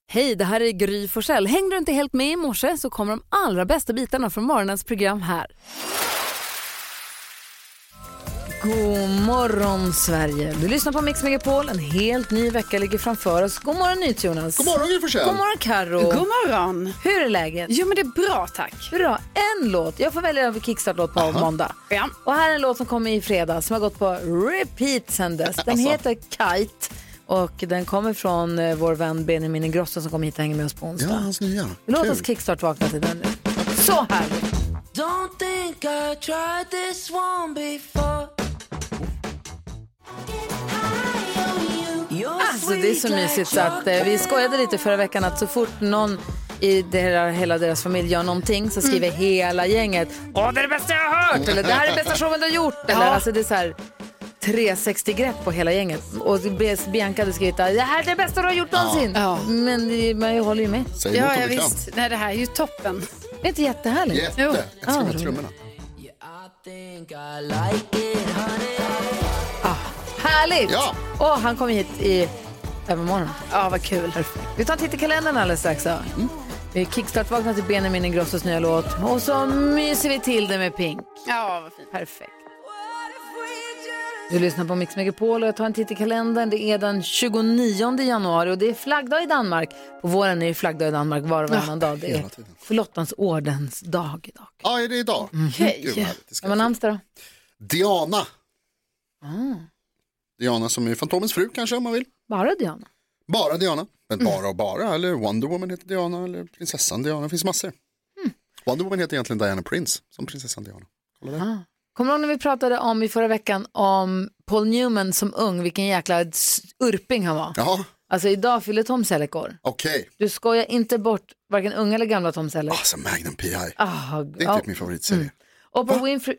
Hej, det här är Gry Forssell. Hängde du inte helt med i morse så kommer de allra bästa bitarna från morgonens program här. God morgon Sverige. Du lyssnar på Mix Megapol. En helt ny vecka ligger framför oss. God morgon Nyts Jonas. God morgon Gry Forssell. God morgon Karo. God morgon. Hur är läget? Jo men det är bra tack. Bra, en låt. Jag får välja en kickstart-låt på måndag. Ja. Och här är en låt som kommer i fredag som har gått på repeat sen dess. Den heter Kite. Och den kommer från vår vän Benjamin Ingrosso som kommer hit och hänger med oss på onsdag. Ja, hans nya. Låt oss kickstart vakna till den nu. Så här. Don't think I tried this one before. Alltså det är så mysigt så att vi skojade lite förra veckan att så fort någon i hela deras familj gör någonting så skriver hela gänget åh det är det bästa jag har hört eller det här är det bästa showen du har gjort eller alltså det är så här 360-grepp på hela gänget och Bianca hade skrivit det här är det bästa du har gjort någonsin men jag håller ju med. Ja, visst. Nej, det här är ju toppen. Det är inte jättehärligt. Jätte. Jag ska med trummorna. Härligt! Ja. Och han kom hit i övermorgon. Ja, vad kul. Vi tar en titt i kalendern alldeles strax. Vi kickstart-vaknar till Benjamin Ingrossos nya låt. Och så myser vi till det med Pink. Ja, vad fint. Perfekt. Du lyssnar på Mix Megapol och jag tar en titt i kalendern. Det är den 29 januari och det är flaggdag i Danmark. På våren är det flaggdag i Danmark var och varannan dag. Det är Flottans ordens dag idag. Ja, är det idag? Okej. Vad namnsdag då? Diana. Diana som är Fantomens fru kanske om man vill. Bara Diana. Bara Diana. Men bara. Eller Wonder Woman heter Diana. Eller prinsessan Diana. Det finns massor. Wonder Woman heter egentligen Diana Prince. Som prinsessan Diana. Kolla där. Kommer du ihåg när vi pratade om i förra veckan om Paul Newman som ung? Vilken jäkla urping han var. Jaha. Alltså idag fyller Tom Selleck år. Okej. Du skojar inte bort varken unga eller gamla Tom Selleck. Alltså Magnum P.I. Det är typ min favoritserie. Oprah Winfrey.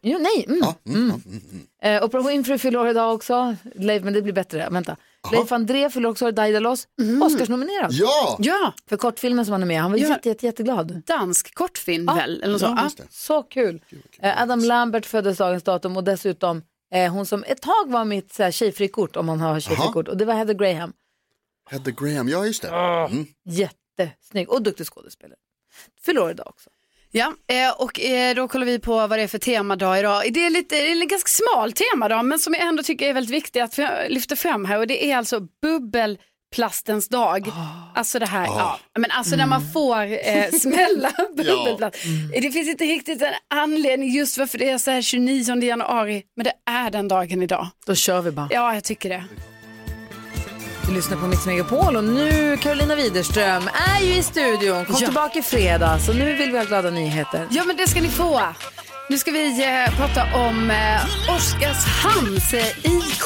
Oprah Winfrey fyller år idag också. Men det blir bättre. Vänta. Leif André fyller också år. Daidalos. Oscarsnominerad. Ja. För kortfilmen som han är med. Han var jätteglad. Dansk kortfilm väl? Eller så. Så kul. Adam Lambert föddes dagens datum. Och dessutom hon som ett tag var mitt tjejfrikort. Om man har tjejfrikort. Och det var Heather Graham. Heather Graham, ja just det. Jättesnygg. Och duktig skådespelare. Fyller år idag också. Ja, och då kollar vi på vad det är för temadag idag. Det är en ganska smal temadag men som jag ändå tycker är väldigt viktigt att lyfta fram här. Och det är alltså bubbelplastens dag. Alltså det här, men alltså när man får smälla bubbelplast. Det finns inte riktigt en anledning just varför det är så här 29 januari. Men det är den dagen idag. Då kör vi bara. Ja, jag tycker det. Du lyssnar på Mix Megapol och nu Carolina Widerström är ju i studion. Kom tillbaka i fredag så nu vill vi ha glada nyheter. Ja men det ska ni få. Nu ska vi prata om Oskarshamns IK.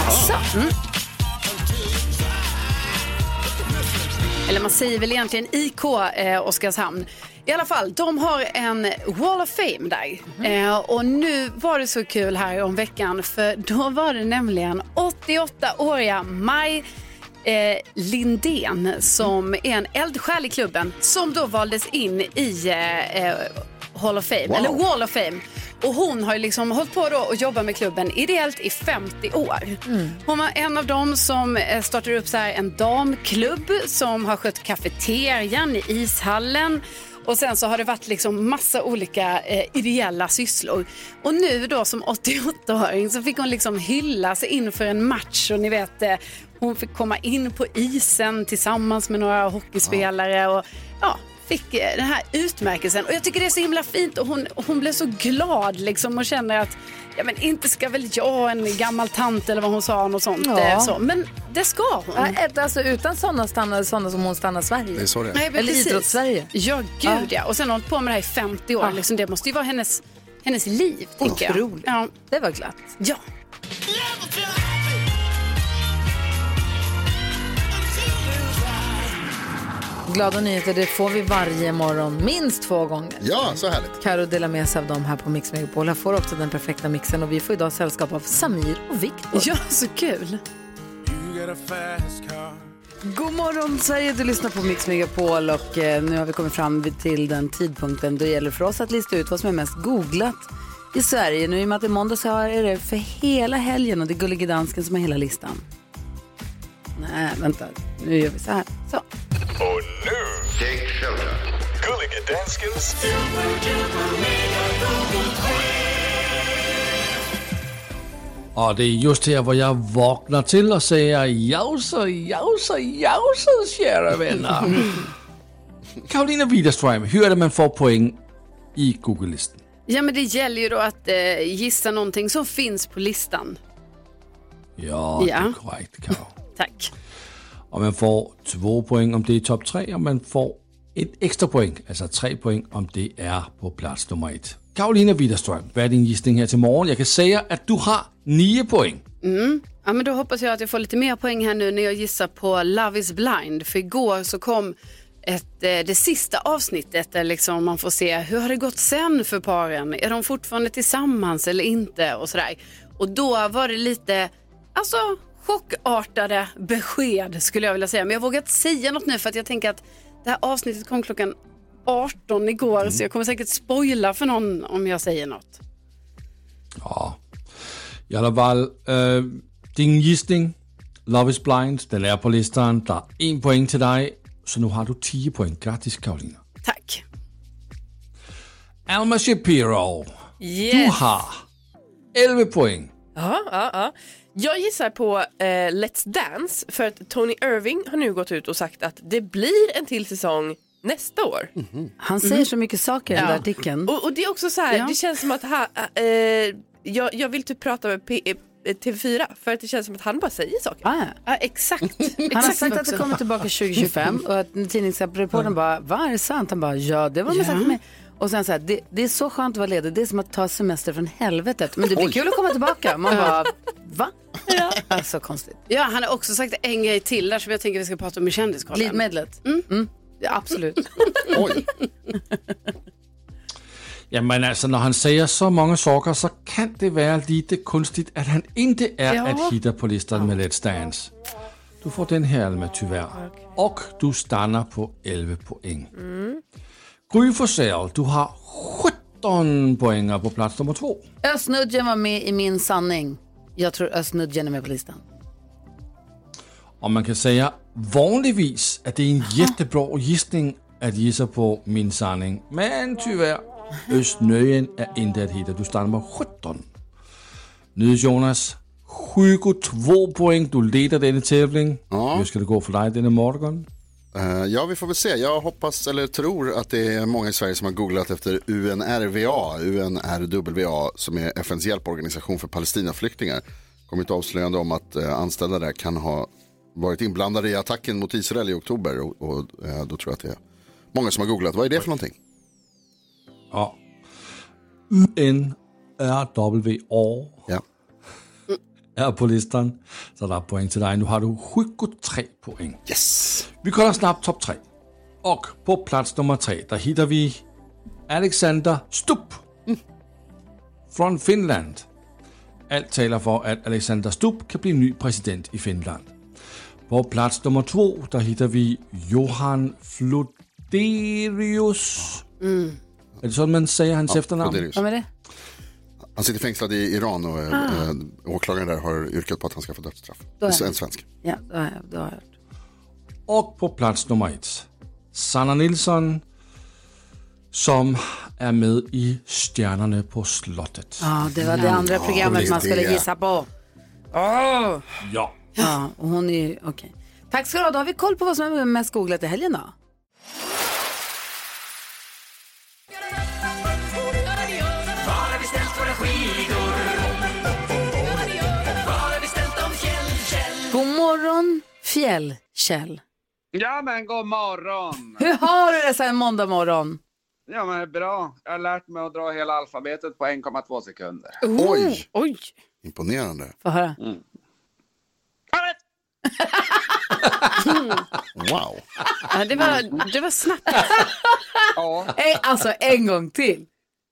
Eller man säger väl egentligen IK Oskarshamn. I alla fall, de har en Wall of Fame där. Och nu var det så kul här om veckan för då var det nämligen 88-åriga Maj Lindén som är en eldsjäl i klubben som då valdes in i Hall of Fame, eller Wall of Fame. Och hon har ju liksom hållit på då och jobbat med klubben ideellt i 50 år. Hon var en av dem som startade upp så här en damklubb som har skött kafeterian i ishallen. Och sen så har det varit liksom massa olika ideella sysslor. Och nu då som 88-åring så fick hon liksom hylla sig inför en match. Och ni vet, hon fick komma in på isen tillsammans med några hockeyspelare och fick den här utmärkelsen. Och jag tycker det är så himla fint och hon blev så glad liksom och känner att ja men inte ska väl jag en gammal tant eller vad hon sa något sånt. Så. Men det ska hon. Alltså utan sådana som hon stannar Sverige. Det är så det är. Nej, eller idrotts-Sverige. Ja, gud ja. Och sen har hon hållit på med det här i 50 år. Liksom, det måste ju vara hennes liv, tänker jag. Otroligt. Ja. Det var glatt. Ja. Glada nyheter, det får vi varje morgon, minst 2 gånger. Ja, så härligt. Karo delar med sig av dem här på Mix Megapol. Jag får också den perfekta mixen och vi får idag sällskap av Samir och Viktor. Ja, så kul. God morgon Sverige, du lyssnar på Mix Megapol och nu har vi kommit fram till den tidpunkten då det gäller för oss att lista ut vad som är mest googlat i Sverige. Nu i och med att det är måndag så är det för hela helgen och det är Gullige Dansken som har hela listan. Nej, vänta, nu gör vi så här. Så. Take shelter. Gulliga Danskens Och det är just här hvor jag vaknar till och säger jausa, kära vänner. Karolina Widerström, hur är det man får poäng i Google-listan? Ja, men det gäller ju då att gissa någonting som finns på listan. Ja, det är korrekt, Karo. Tack. Och man får 2 poäng om det är topp 3 och man får ett extra poäng, alltså 3 poäng om det är på plats nummer 1. Karolina Widerström, vad är din gissning här till morgon? Jag kan säga att du har 9 poäng. Ja, men då hoppas jag att jag får lite mer poäng här nu när jag gissar på Love is blind. För igår så kom det sista avsnittet där liksom man får se hur har det gått sen för paren. Är de fortfarande tillsammans eller inte och sådär. Och då var det lite, alltså chockartade besked skulle jag vilja säga. Men jag vågar inte säga något nu för att jag tänker att det här avsnittet kom klockan 18 igår så jag kommer säkert spoila för någon om jag säger något. Ja, i alla fall, din gissning, Love is blind, den är på listan. Det är 1 poäng till dig, så nu har du 10 poäng. Grattis, Karolina. Tack. Alma Shapiro, du har 11 poäng. Ja. Jag gissar på Let's Dance för att Tony Irving har nu gått ut och sagt att det blir en till säsong nästa år. Han säger så mycket saker i den där artikeln. Och det är också så här, det känns som att jag vill typ prata med TV4 för att det känns som att han bara säger saker. Ja, exakt. Han har sagt att det kommer tillbaka 2025 och att tidningsreportern bara, vad är det sant? Han bara, ja det var de sagt till mig. Och sen så här, det är så skönt att vara ledig. Det är som att ta semester från helvetet. Men det blir kul att komma tillbaka. Man bara, va? Ja. Alltså konstigt. Ja, han har också sagt en grej till där som jag tänker vi ska prata om i kändiskollen. Glidmedlet. Ja, absolut. Oj. Ja, men alltså när han säger så många saker så kan det vara lite konstigt att han inte är att hitta på listan med Let's Dance. Du får den här Alma tyvärr. Och du stannar på 11 poäng. Gry Forssell, du har 17 poäng på plats nummer 2. Östnudgen var med i Min sanning. Jag tror Östnudgen är med på listan. Och man kan säga vanligtvis att det är en jättebra gissning att gissa på Min sanning. Men tyvärr, Östnudgen är inte att hitta. Du stannar på 17. Nu Jonas, 22 poäng. Du leder denna tävling. Hur ska det gå för dig denna morgon? Ja, vi får väl se. Jag hoppas eller tror att det är många i Sverige som har googlat efter UNRWA som är FNs hjälporganisation för Palestinaflyktingar. Kommit avslöjande om att anställda där kan ha varit inblandade i attacken mot Israel i oktober och då tror jag att det är många som har googlat. Vad är det för någonting? Ja. UNRWA. Ja. Är på listan. Så där är poäng till dig. Nu har du 73 poäng. Yes! Vi kollar snabbt topp 3. Och på plats nummer 3 där hittar vi Alexander Stubb från Finland. Allt talar för att Alexander Stubb kan bli ny president i Finland. På plats nummer 2 där hittar vi Johan Floderius. Är det så man säger hans efternamn? Vad är det? Han sitter fängslad i Iran och åklagaren där har yrkat på att han ska få dödsstraff. En svensk. Ja, det har jag hört. Och på plats nummer 1 Sanna Nilsson som är med i Stjärnorna på slottet. Ja, det var det andra programmet man skulle gissa på. Ja. Ja, och hon är ju, okej. Tack ska du ha, då har vi koll på vad som är mest googlat i helgen då. God morgon, Fjäll-Kjell. Ja, men god morgon. Hur har du det så här en måndag morgon? Ja, men bra. Jag har lärt mig att dra hela alfabetet på 1,2 sekunder. Oj! Imponerande. Få höra. Wow. Ja, det var snabbt. Ja. Alltså en gång till.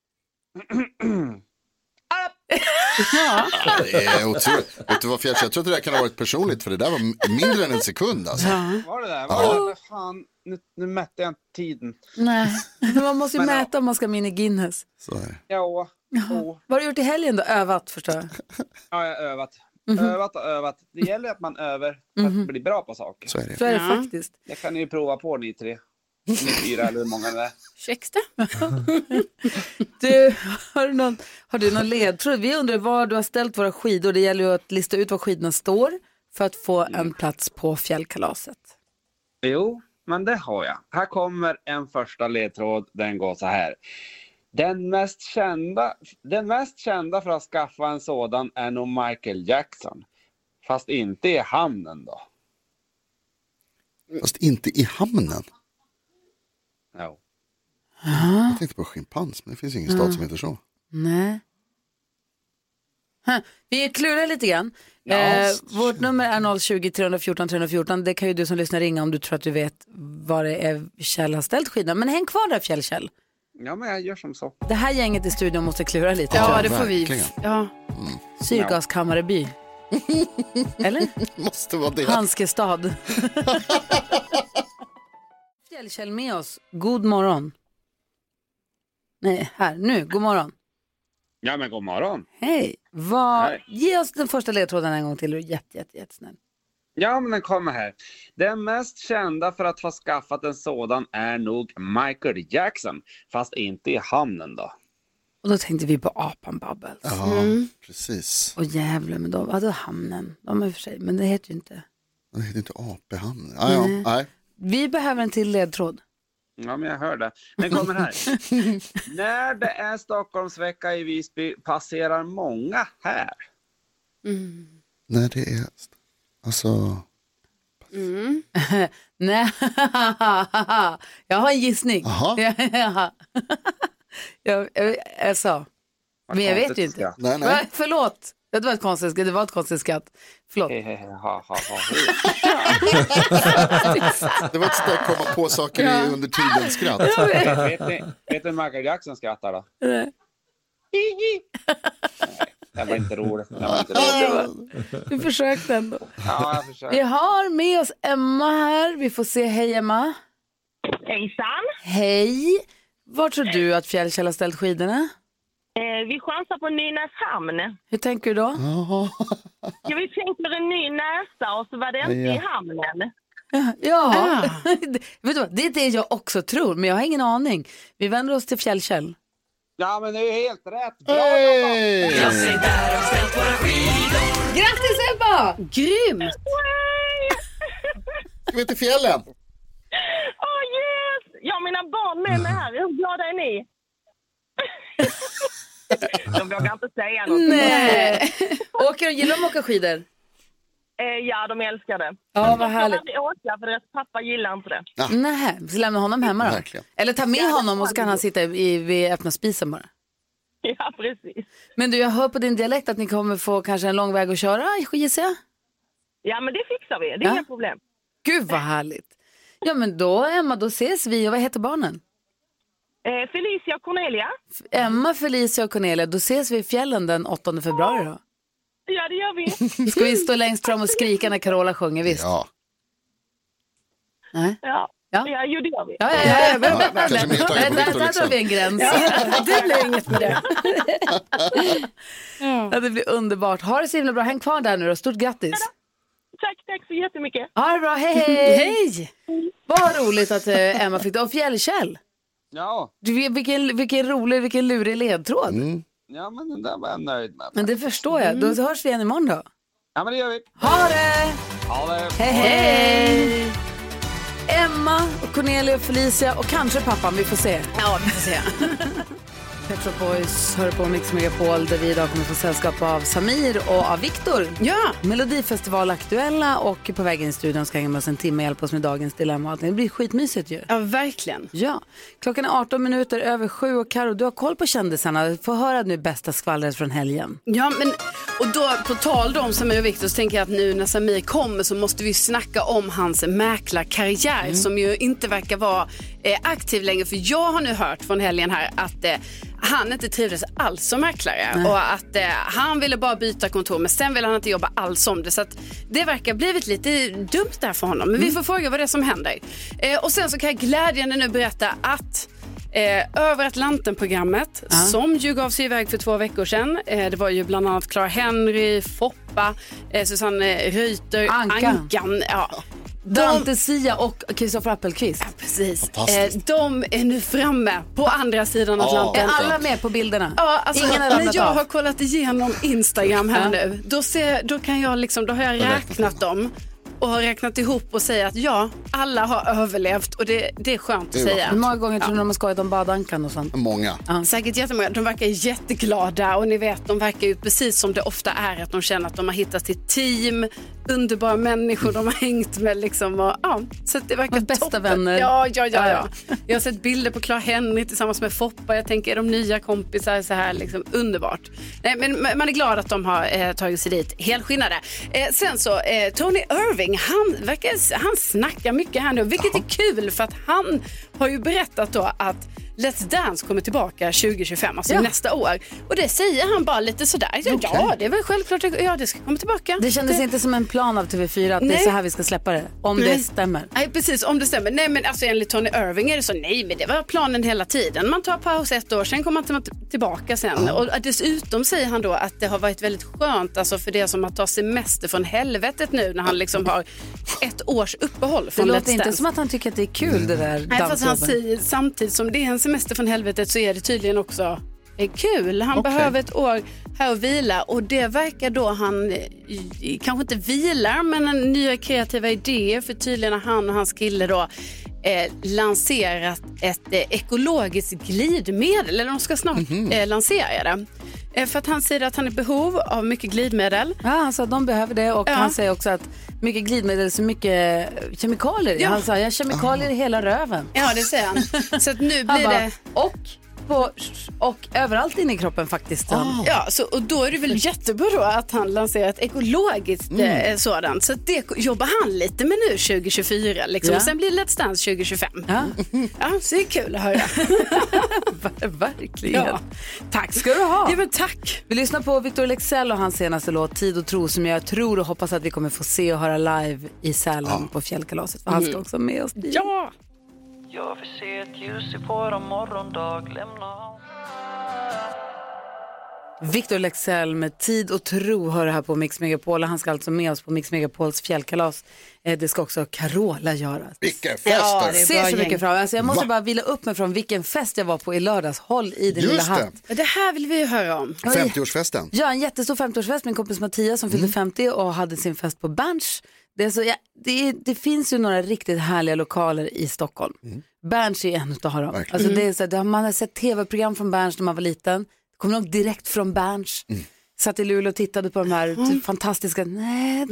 Ja, det är otroligt. Vet du vad Fjärs? Jag tror att det där kan ha varit personligt för det där var mindre än en sekund alltså. Var det där? Var det? Fan, nu mätte jag inte tiden. Nej, men man måste ju mäta om man ska in i Guinness. Så är det. Ja. Vad har du gjort i helgen då? Övat förstår jag. Ja, jag har övat. Övat. Det gäller att man övar för att bli bra på saker. Så är det. Så är det faktiskt. Det kan ni ju prova på ni tre. 4 eller hur många det är. 60. Du, har du någon ledtråd? Vi undrar var du har ställt våra skidor. Det gäller ju att lista ut var skidorna står för att få en plats på fjällkalaset. Jo, men det har jag. Här kommer en första ledtråd. Den går så här. Den mest kända för att skaffa en sådan är nog Michael Jackson. Fast inte i hamnen då. Fast inte i hamnen? No. Jag tänkte på schimpans, men det finns ingen stad som heter så. Nej. Vi klurar lite grann. Vårt nummer är 020-314 314. Det kan ju du som lyssnar ringa om du tror att du vet vad det är Kjell har ställt skidorna. Men häng kvar där, Kjell. Ja, men jag gör som så. Det här gänget i studion måste klura lite. Ja, det får vi. verkligen. Ja. Syrgaskammareby. Eller? Måste vara det. Hanskestad. Kjell med oss. God morgon. Nej, nu. God morgon. Ja, men god morgon. Hej. Hej. Ge oss den första ledtråden en gång till. Du är jättesnäll. Ja, men den kommer här. Den mest kända för att ha skaffat en sådan är nog Michael Jackson. Fast inte i hamnen då. Och då tänkte vi på apan Bubbles. Ja, precis. Och Gävle, men då hamnen. De är för sig, men det heter ju inte. Det heter inte AP-hamnen. Nej. Vi behöver en till ledtråd. Ja, men jag hör det. Den kommer här. När det är Stockholmsvecka i Visby passerar många här. När det är... Alltså... Nej, jag har en gissning. Aha. Jag sa. Men jag vet ju inte. Nej. Förlåt. Det var ett konstigt skratt. Förlåt. Det var ett sätt att komma på saker under tidens skratt. Vet du Michael Jackson skrattar då? Nej. Det var inte roligt. Du försökte ändå. Ja, jag försökte. Vi har med oss Emma här. Vi får se. Hej Emma. Hejsan. Hej. Var tror du att Fjällkäll har ställt skidorna? Vi chansar på Nynäshamn. Hur tänker du då? Ja, vi tänkte en ny näsa och så var det inte i hamnen. Ja. Vet du vad? Det är det jag också tror, men jag har ingen aning. Vi vänder oss till Fjällkäll. Ja, men det är ju helt rätt. Bra Grattis Ebba! Grymt! Ska vi till fjällen? Yes! Jag har mina barn med mig här. Hur glada är ni? De vågar inte säga något. Nej. Gillar de att åka skidor? Ja, de älskar det. Ja, vad härligt. De åka för deras pappa gillar inte det. Nej, så lämna honom hemma då. Verkligen. Eller ta med honom och så kan han sitta vid öppna spisen bara. Ja, precis. Men du, jag hör på din dialekt att ni kommer få kanske en lång väg att köra, gissar jag. Ja, men det fixar vi. Det är inga problem. Gud vad härligt. Ja, men då Emma, då ses vi. Och vad heter barnen? Felicia och Cornelia. Emma, Felicia och Cornelia. Då ses vi i fjällen den 8 februari då. Ja, det gör vi. Ska vi stå längst fram och skrika när Carola sjunger, visst? Ja. Nej? Ja, jo, det gör vi. Ja. Kanske mer taget på Victor, Där drar vi en gräns. Det blir inget med det. Ja, det blir underbart. Ha det så himla bra. Häng kvar där nu då. Stort grattis. Tack så jättemycket. Ha det bra. Hej. Vad roligt att Emma fick det. Och Fjällkäll. Ja. Vilken rolig, vilken lurig ledtråd. Ja, men den där var jag nöjd med. Men det förstår jag. Då hörs vi igen imorgon då. Ja, men det gör vi. Ha det! Ha det! Hej! Emma och Cornelia och Felicia och kanske pappan, vi får se. Ja, vi får se. Pet Shop Boys hör på Mix Megapol där vi idag kommer få sällskap av Samir och av Viktor. Ja. Melodifestival aktuella och på vägen i studion ska hänga med oss en timme och hjälpa oss med dagens dilemma. Det blir skitmysigt ju. Ja, verkligen. Ja, klockan är 18:18 och Karo, du har koll på kändisarna. Få höra nu bästa skvallret från helgen. Ja, men och då på tal om Samir och Viktor så tänker jag att nu när Samir kommer så måste vi snacka om hans mäklarkarriär som ju inte verkar vara aktiv längre. För jag har nu hört från helgen här att han inte trivdes alls som mäklare och att han ville bara byta kontor men sen ville han inte jobba alls om det, så att det verkar blivit lite dumt där för honom, men vi får fråga vad det är som händer. Och sen så kan jag glädjande nu berätta att Över Atlanten-programmet som ju gav sig iväg för 2 veckor sedan, det var ju bland annat Clara Henry, Foppa, Susanne Reuter, Ankan. Ja. Dante Sia och Kristoffer Appelqvist. Ja, precis. De är nu framme på andra sidan Atlanten. Är alla med på bilderna? Ja, alltså, ingen när jag har kollat igenom Instagram här nu, då har jag räknat dem och har räknat ihop och säger att ja, alla har överlevt och det är skönt att säga. Hur många gånger tror du de har skojat om badankan och sånt? Många. Säkert jättemånga. De verkar jätteglada och ni vet, de verkar ju precis som det ofta är, att de känner att de har hittat sitt team, underbara människor de har hängt med liksom, och, så att det verkar bästa toppen. vänner. Ja. Jag har sett bilder på Clara Henry tillsammans med Foppa. Jag tänker, är de nya kompisar så här liksom, underbart. Nej, men man är glad att de har tagit sig dit helskinnade. Sen så Tony Irving, han snackar mycket här nu, vilket är kul för att han har ju berättat då att Let's Dance kommer tillbaka 2025, alltså nästa år. Och det säger han bara lite sådär. Ja, det är väl självklart. Ja, det ska komma tillbaka. Det kändes inte som en plan av TV4 att det är så här vi ska släppa det. Om det stämmer. Nej, precis. Om det stämmer. Nej, men alltså enligt Tony Irving är det så. Nej, men det var planen hela tiden. Man tar paus 1 år, sen kommer man tillbaka sen. Och dessutom säger han då att det har varit väldigt skönt, alltså för det som att ta semester från helvetet nu när han liksom har 1 års uppehåll från det Let's låter inte Dance. som att han tycker att det är kul det där. Nej, fast han säger samtidigt som det är en semester från helvetet så är det tydligen också kul. Han behöver 1 år här och vila, och det verkar då han kanske inte vilar, men en nya kreativa idéer, för tydligen har han och hans kille då lanserat ett ekologiskt glidmedel, eller de ska snart lansera det. För att han säger att han är i behov av mycket glidmedel. Ja, han sa att de behöver det, och han säger också att mycket glidmedel, så mycket kemikalier. Ja. Han sa, jag har kemikalier i hela röven. Ja, det säger han. Så att nu blir det... Och överallt inne i kroppen faktiskt. Ja, och då är det väl jättebra då att han lanserar ett ekologiskt sådant. Så det jobbar han lite med nu 2024 liksom. Och sen blir Let's Dance 2025. Ja, så det är kul att höra. Verkligen. Ja. Tack ska du ha. Ja, men tack. Vi lyssnar på Victor Leksell och hans senaste låt Tid och tro, som jag tror och hoppas att vi kommer få se och höra live i Sälen på fjällkalaset. För han ska också med oss dit. Ja! Jag vill se ett ljus i våran morgondag, lämna. Victor Leksell med Tid och tro hör det här på Mix Megapol, och han ska alltså med oss på Mix Megapols fjällkalas. Det ska också Carola göra. Vilken fest! Ja, det ser så mycket fram. Alltså jag måste bara vila upp mig från vilken fest jag var på i lördags. Håll i din lilla hatt. Det här vill vi ju höra om. 50-årsfesten. Ja, en jättestor 50-årsfest. Min kompis Mattias som fyllde 50 och hade sin fest på Berns. Det, är så, det finns ju några riktigt härliga lokaler i Stockholm. Berns är en av dem. Alltså det är så, man har sett tv-program från Berns när man var liten. Kommer nog direkt från Berns. Satt i Luleå och tittade på de här fantastiska. Nej,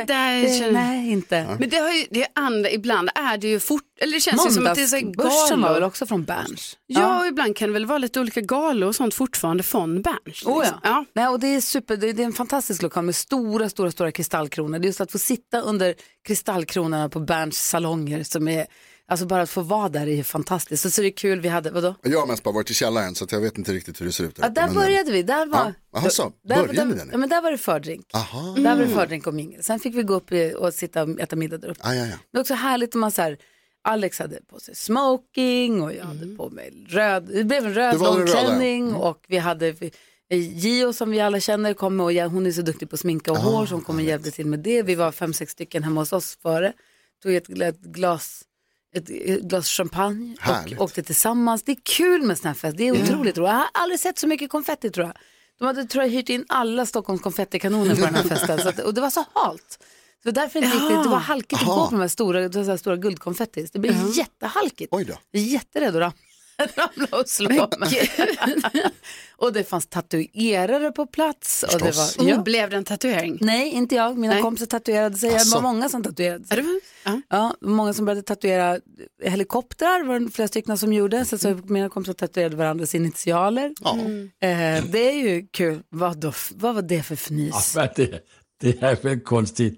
inte. Men det har ju det andra, ibland är det ju eller det känns ju som att det är så galor. Var väl också från Berns. Ja, och ibland kan det väl vara lite olika galor och sånt fortfarande från Berns. Liksom. Ja. Nej, och det är super, det är en fantastisk lokal med stora kristallkronor. Det är just att få sitta under kristallkronorna på Berns salonger som är, alltså bara att få vara där är fantastiskt. Så är det kul, vi hade, vadå? Jag har mest bara varit i källaren så att jag vet inte riktigt hur det ser ut. Ja, där började vi, där var... Började ni den? Ja, men där var det fördrink. Där var det fördrink och mingel. Sen fick vi gå upp och sitta och äta middag där uppe. Det var också härligt om man så här, Alex hade på sig smoking och jag hade på mig det blev en röd långklänning och vi hade Gio som vi alla känner kom och hon är så duktig på sminka och hår som kom och hjälpte till med det. Vi var 5-6 stycken hemma hos oss före. Tog ett glas champagne och åkte tillsammans. Det är kul med sån här fest. Det är otroligt roligt. Jag har aldrig sett så mycket konfetti, tror jag. De hade hyrt in alla Stockholms konfettikanoner på den här festen. Och det var så halt. Så därför inte riktigt, det var halkigt att gå på de här stora guldkonfettis. Det blev jättehalkigt. Oj då. Jag är jätterädd att ramla och slå mig. Och det fanns tatuerare på plats. Och det var, blev det en tatuering? Nej, inte jag. Mina kompisar tatuerade sig. Det var många som tatuerade sig. Ja, många som började tatuera helikoptrar. Det var flera stycken som gjorde. Så mina kompisar tatuerade varandras initialer. Det är ju kul. Vad var det för fnys? Ja, det är väl konstigt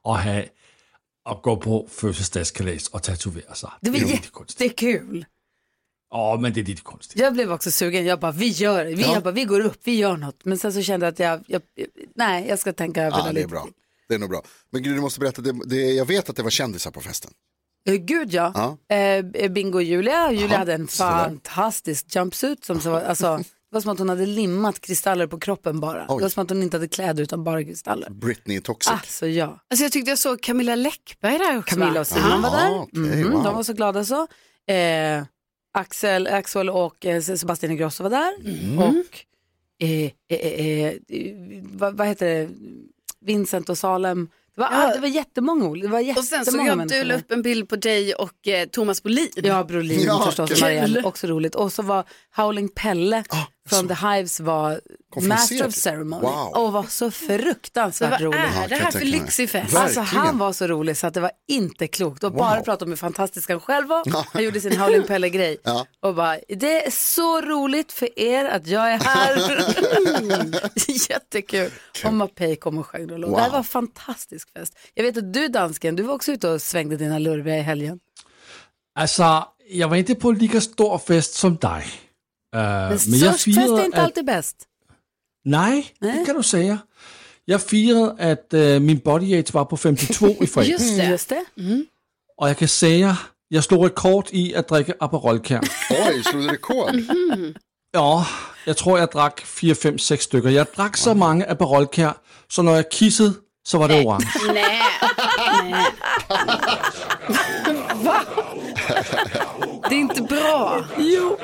att gå på födelsedagskalas och tatuera sig. Det var jättekul. Ja, men det är lite konstigt. Jag blev också sugen. Jag bara, vi gör det. Vi går upp, vi gör något. Men sen så kände jag att jag ska tänka över det lite. Det är bra. Det är nog bra. Men Gud, du måste berätta, jag vet att det var kändisar på festen. Gud, ja. Bingo och Julia. Julia hade en fantastisk jumpsuit som så, alltså, var som att hon hade limmat kristaller på kroppen bara. Oj. Det var som att hon inte hade kläder utan bara kristaller. Britney Toxic. Alltså ja. Alltså jag tyckte jag såg Camilla Läckberg där också. Camilla och Simon var där. okej, wow. De var så glada så. Axel och Sebastian Ingrosso var där. Och vad heter det? Vincent och Salem. Det var jättemånga olika. Och sen så jag la upp en bild på dig och Thomas Brolin. Ja, Brolin förstås. Marielle, också roligt. Och så var Howling Pelle från The Hives var Master of Ceremony. Wow. Och var så fruktansvärt rolig. Vad är det här för lyxig fest? Alltså han var så rolig så att det var inte klokt. Och bara prata om hur fantastisk han själv var. Han gjorde sin Howling Pelle-grej. Och bara, det är så roligt för er att jag är här. Jättekul. Och Mapei kom och sjöng. Det här var en fantastisk fest. Jag vet att du, dansken, du var också ute och svängde dina lurviga i helgen. Alltså, jag var inte på en lika stor fest som dig. Men störst fest är inte alltid bäst. Nej, det kan du säga. Jag firade att min body age var på 52 i fredags. Just det. Och jag kan säga, jag slog rekord i att dricka Aperolkär. Oj, slog du rekord? Ja, jag tror jag drack 4, 5, 6 stycken. Jag drack så många Aperolkär, så när jag kissade så var det orange. Nej. Va? Det är inte bra. Jo.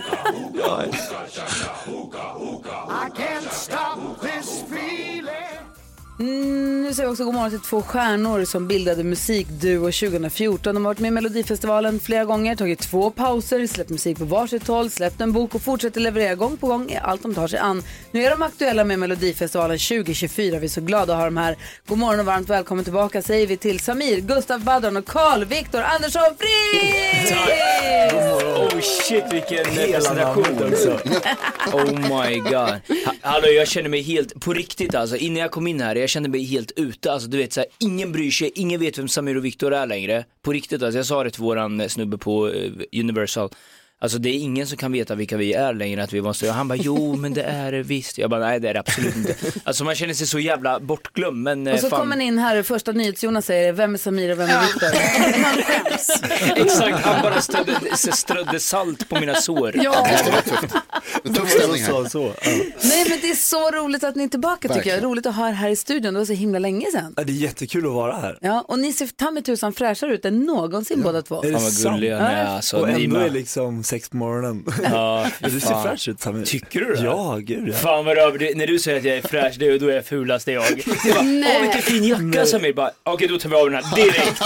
Nu säger vi också god morgon till 2 stjärnor som bildade musikduo 2014. De har varit med i Melodifestivalen flera gånger, tagit 2 pauser, släppt musik på varsitt håll, släppt en bok och fortsätter leverera gång på gång allt de tar sig an. Nu är de aktuella med Melodifestivalen 2024. Vi är så glada att ha dem här. God morgon och varmt välkommen tillbaka säger vi till Samir, Gustav Badron och Carl Viktor Andersson Friis! Oh shit, vilken presentation. Oh my god. Hallå, jag känner mig helt, på riktigt alltså, innan jag kom in här, jag kände mig helt ute, alltså du vet så här, ingen bryr sig, ingen vet vem Samir och Viktor är längre, på riktigt alltså, jag sa det till våran snubbe på Universal, alltså det är ingen som kan veta vilka vi är längre, att vi måste, han bara, jo men det är det visst, jag bara, nej det är det absolut inte, alltså man känner sig så jävla bortglömd, men och så kommer in här, första nyhetsjonas säger, vem är Samir och vem är Viktor? Man skäms. Exakt, han bara strödde salt på mina sår. Ja. Så. Nej men det är så roligt att ni är tillbaka tycker jag. Roligt att ha er här i studion, det var så himla länge sedan. Ja, det är jättekul att vara här. Ja, och ni ser ta med tusan fräschare ut än någonsin båda två. Är det sant? Alltså, och ändå är liksom 6 på morgonen. Ja, du ser fräsch ut, Samir. Tycker du det? Ja, gud ja. Fan vad röv, när du säger att jag är fräsch, då är jag fulast jag. Bara, åh vilken fin jacka Samir, bara, okej då tar vi av den här direkt.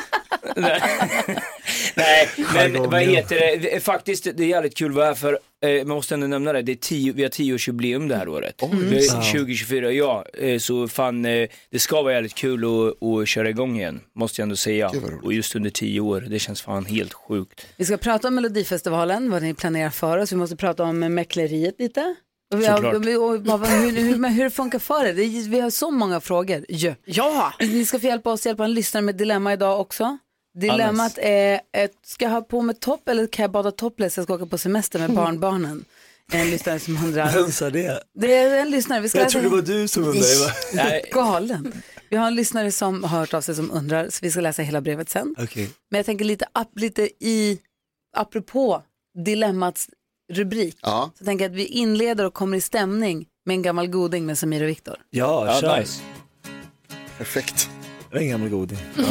Nej, men vad heter det? Faktiskt, det är jävligt kul vad är för, man måste ändå nämna det, vi har 10-årsjubileum det här året. 2024, ja, så fan, det ska vara jävligt kul att köra igång igen, måste jag ändå säga. Och just under 10 år, det känns fan helt sjukt. Vi ska prata om Melodifestivalen, vad ni planerar för oss, vi måste prata om mäkleriet lite. Och hur det funkar för er. Vi har så många frågor. Ja. Ni ska få hjälpa en lyssnare med dilemma idag också. Dilemmat är, ska jag ha på mig topp eller kan jag bada topless? Jag ska åka på semester med barnbarnen. En lyssnare som undrar. Vem sa det? Det är en lyssnare. Jag tror det var du som undrade. Galen. Vi har en lyssnare som har hört av sig som undrar, så vi ska läsa hela brevet sen. Okay. Men jag tänker lite apropå dilemmats rubrik. Ja. Så jag tänker att vi inleder och kommer i stämning med en gammal goding med Samir och Viktor. Ja, kör. Nice. Perfekt. Det är en gammal goding. Ja.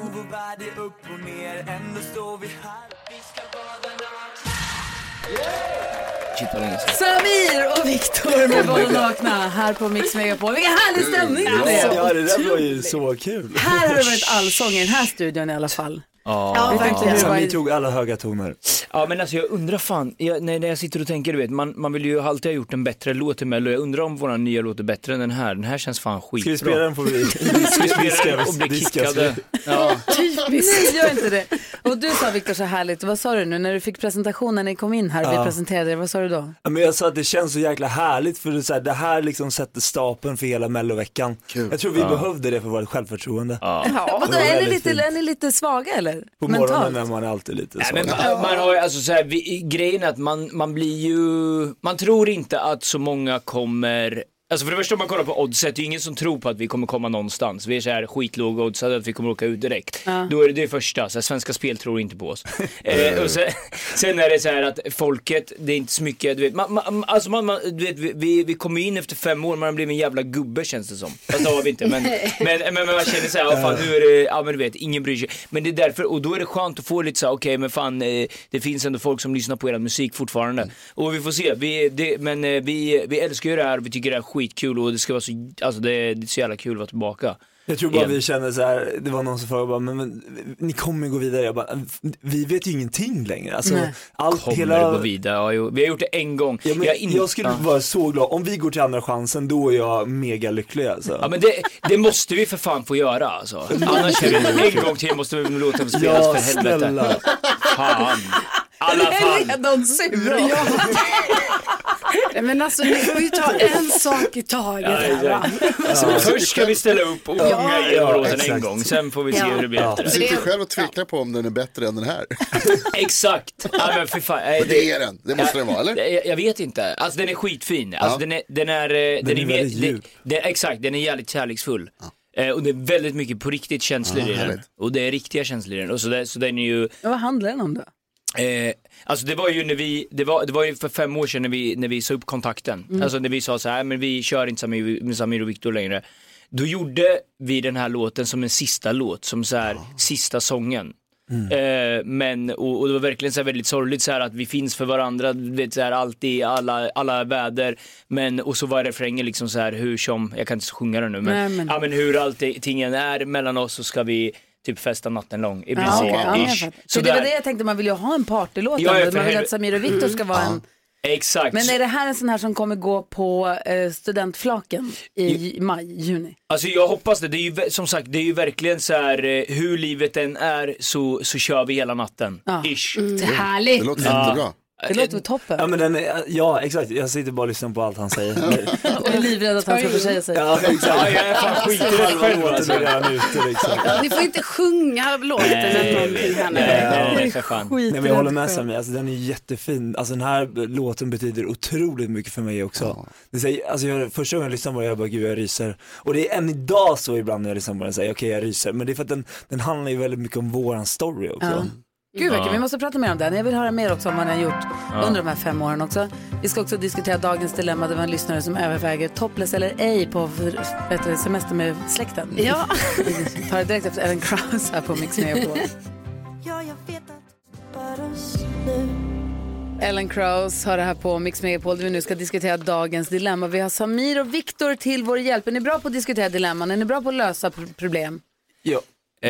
Samir och Viktor med Boll och nakna här på Mix Megapol. Vilken härlig stämning det är. Ja, det där var ju så kul. Här har det varit allsång i den här studion i alla fall. Vi tog alla höga toner. Ja men alltså jag undrar fan, när jag sitter och tänker, du vet, man vill ju alltid ha gjort en bättre låt till Mello. Jag undrar om våran nya låt är bättre än den här. Den här känns fan skitbra. Ska vi spela den får vi spela den och bli kickade. Ja. Nej, gör inte det. Och du sa Viktor så härligt, vad sa du nu när du fick presentationen när ni kom in här och vi presenterade, vad sa du då? Ja, men jag sa att det känns så jäkla härligt för det här liksom sätter stapeln för hela Melloveckan. Jag tror vi behövde det för vårt självförtroende. Vadå, är ni lite svaga eller? På morgonen är man alltid lite svag. Man har ju alltså så här, grejen är att man blir ju, man tror inte att så många kommer Alltså för det första, om man kollar på oddset, det är ju ingen som tror på att vi kommer komma någonstans. Vi är så här skitlåga odds att vi kommer åka ut direkt. Då är det första, så här, Svenska Spel tror inte på oss. Och sen är det så här att folket, det är inte så mycket, du vet, du vet, vi kommer in efter 5 år, man blir en jävla gubbe, känns det som. Fast det har vi inte, men man känner så här, fan, nu är det, men du vet, ingen bryr sig. Men det är därför, och då är det skönt att få lite så här, okej, men fan, det finns ändå folk som lyssnar på er musik fortfarande. Och vi får se, vi älskar ju det här, vi tycker det är skitkul och det ska vara så, alltså det är så jävla kul att vara tillbaka. Jag tror bara vi känner så här, det var någon som frågade men ni kommer gå vidare. Jag bara, vi vet ju ingenting längre. Alltså, gå vidare. Ja, vi har gjort det en gång. Ja, jag skulle vara så glad. Om vi går till andra chansen, då är jag mega lycklig. Alltså. Ja, men det måste vi för fan få göra. Alltså. Annars är det en gång till måste vi låta dem spelas för helvete. Fan. Alla fall. Jag är redan sur. Men alltså, ni får ju ta en sak i taget. Först ska vi ställa upp och sjunga igenom låten en gång. Sen får vi se hur det blir efter. Du sitter själv och tvekar på om den är bättre än den här. Exakt. Ja, men för fan, det är den. Det måste den vara, eller? Jag vet inte. Alltså den är skitfin. Alltså den är väldigt djup. Exakt, den är jävligt kärleksfull. Och det är väldigt mycket på riktigt känslor i den. Och det är riktiga känslor i den. Och så den är ju... Vad handlar den om då? Alltså det var ju när det var ju för 5 år sedan när vi sa upp kontakten. Alltså när vi sa så här, men vi kör inte med Samir och Viktor längre. Då gjorde vi den här låten som en sista låt, som så här sista sången. Men och det var verkligen så här väldigt sorgligt så här att vi finns för varandra, vet så här alltid alla väder, men och så var refrängen liksom så här hur som jag kan inte sjunga den nu men ja, men hur allting är mellan oss, så ska vi typ festa natten lång i princip. Så det var det jag tänkte, man vill ju ha en partylåt, man vill att Samir och Viktor ska vara en. Exakt. Men är det här en sån här som kommer gå på studentflaken i maj, juni? Alltså jag hoppas det. Det är ju som sagt, det är ju verkligen så här hur livet än är så kör vi hela natten. Ish. Det är härligt. Det låter jättebra. Det låter toppen. Ja, men ja, exakt. Jag sitter bara och lyssnar på allt han säger. Och är livrädd att han ska försäga sig. Ja, exakt. Ja, jag är fan skiträdd själv. Ni får inte sjunga låten eller någonting här nu. Nej, för fan. Nej, men jag håller med sig. Alltså, den är jättefin. Alltså, den här låten betyder otroligt mycket för mig också. Det säger, alltså, första gången jag lyssnar på den, jag bara, gud, jag ryser. Och det är än idag så ibland när jag lyssnar på den, säger okej, jag ryser. Men det är för att den handlar ju väldigt mycket om våran story också. Gud, vi måste prata mer om den. Jag vill höra mer också om vad ni har gjort under de här 5 åren också. Vi ska också diskutera dagens dilemma. Det var en lyssnare som överväger topless eller ej på semester med släkten. Ja. Vi tar det direkt efter Ellen Krause här på Mix Megapol. Ellen Krause har det här på Mix Megapol där vi nu ska diskutera dagens dilemma. Vi har Samir och Viktor till vår hjälp. Är ni bra på att diskutera dilemman? Är ni bra på att lösa problem? Ja.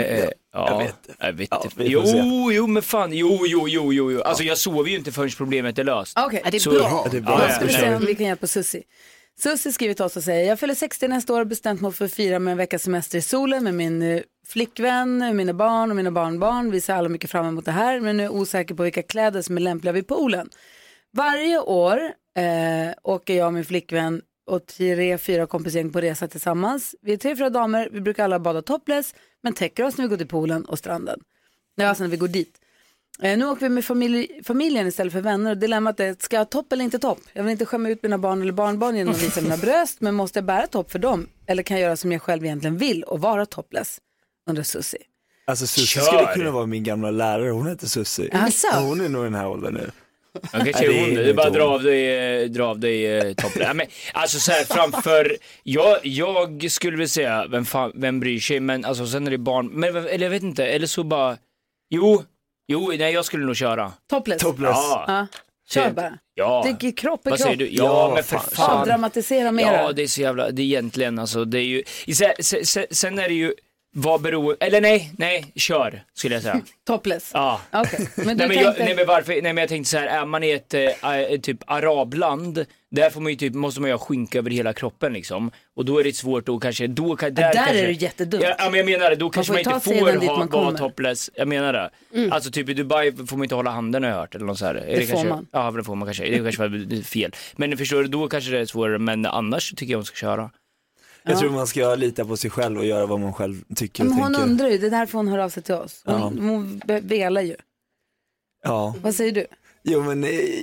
Jag vet inte. Jo, men fan. Jo. Alltså jag sover ju inte förrän problemet är löst. Okej, det är bra. Då ska vi se om vi kan hjälpa Susie. Susie skriver till oss och säger: jag fyller 60 nästa år och bestämt mig för att fira med en veckas semester i solen med min flickvän, mina barn och mina barnbarn. Vi ser alla mycket fram emot det här, men nu är osäker på vilka kläder som är lämpliga vid poolen. Varje år åker jag och min flickvän och 3-4 kompisgäng på resa tillsammans. Vi är 3-4 damer, vi brukar alla bada topless, men täcker oss när vi går till poolen och stranden. Alltså när vi går dit. Nu åker vi med familjen istället för vänner, och dilemmat är: ska jag topp eller inte topp? Jag vill inte skämma ut mina barn eller barnbarn genom att visa mina bröst, men måste jag bära topp för dem? Eller kan jag göra som jag själv egentligen vill och vara topless? Undrar Susie. Alltså Susie skulle kunna vara min gamla lärare, hon heter Susie. Hon är nog i den här åldern nu. Okej, det är bara dra av dig toppen. Men alltså så här framför jag skulle vilja säga vem bryr sig, men alltså sen är det barn, men eller jag vet inte, eller så bara jo, nej, jag skulle nog köra topless. Ja. Kör bara. Ja. Det är kropp. Säger du? Ja, men för fan. Avdramatisera mer. Ja, det är så jävla, det är egentligen alltså, det är ju sen är det ju vad beror, eller nej, kör skulle jag säga. Topless. Ja. Okay. Men men jag tänkte så här, är man i ett typ arabland, där får man ju typ, måste man ju ha skinka över hela kroppen liksom, och då är det svårt att kanske där är det jättedumt. Ja, men jag menar det, då kanske man inte får vara topless. Jag menar det. Alltså typ i Dubai får man inte hålla handen, har jag hört, eller något så här. Det får man. Ja, det får man kanske. Det kanske var fel. Men förstår du, då kanske det är svårare, men annars tycker jag hon ska köra. Jag tror man ska lita på sig själv och göra vad man själv tycker och tänker. Hon undrar ju, det är därför hon hör av sig till oss. Hon velar ju. Ja. Vad säger du? Jo, men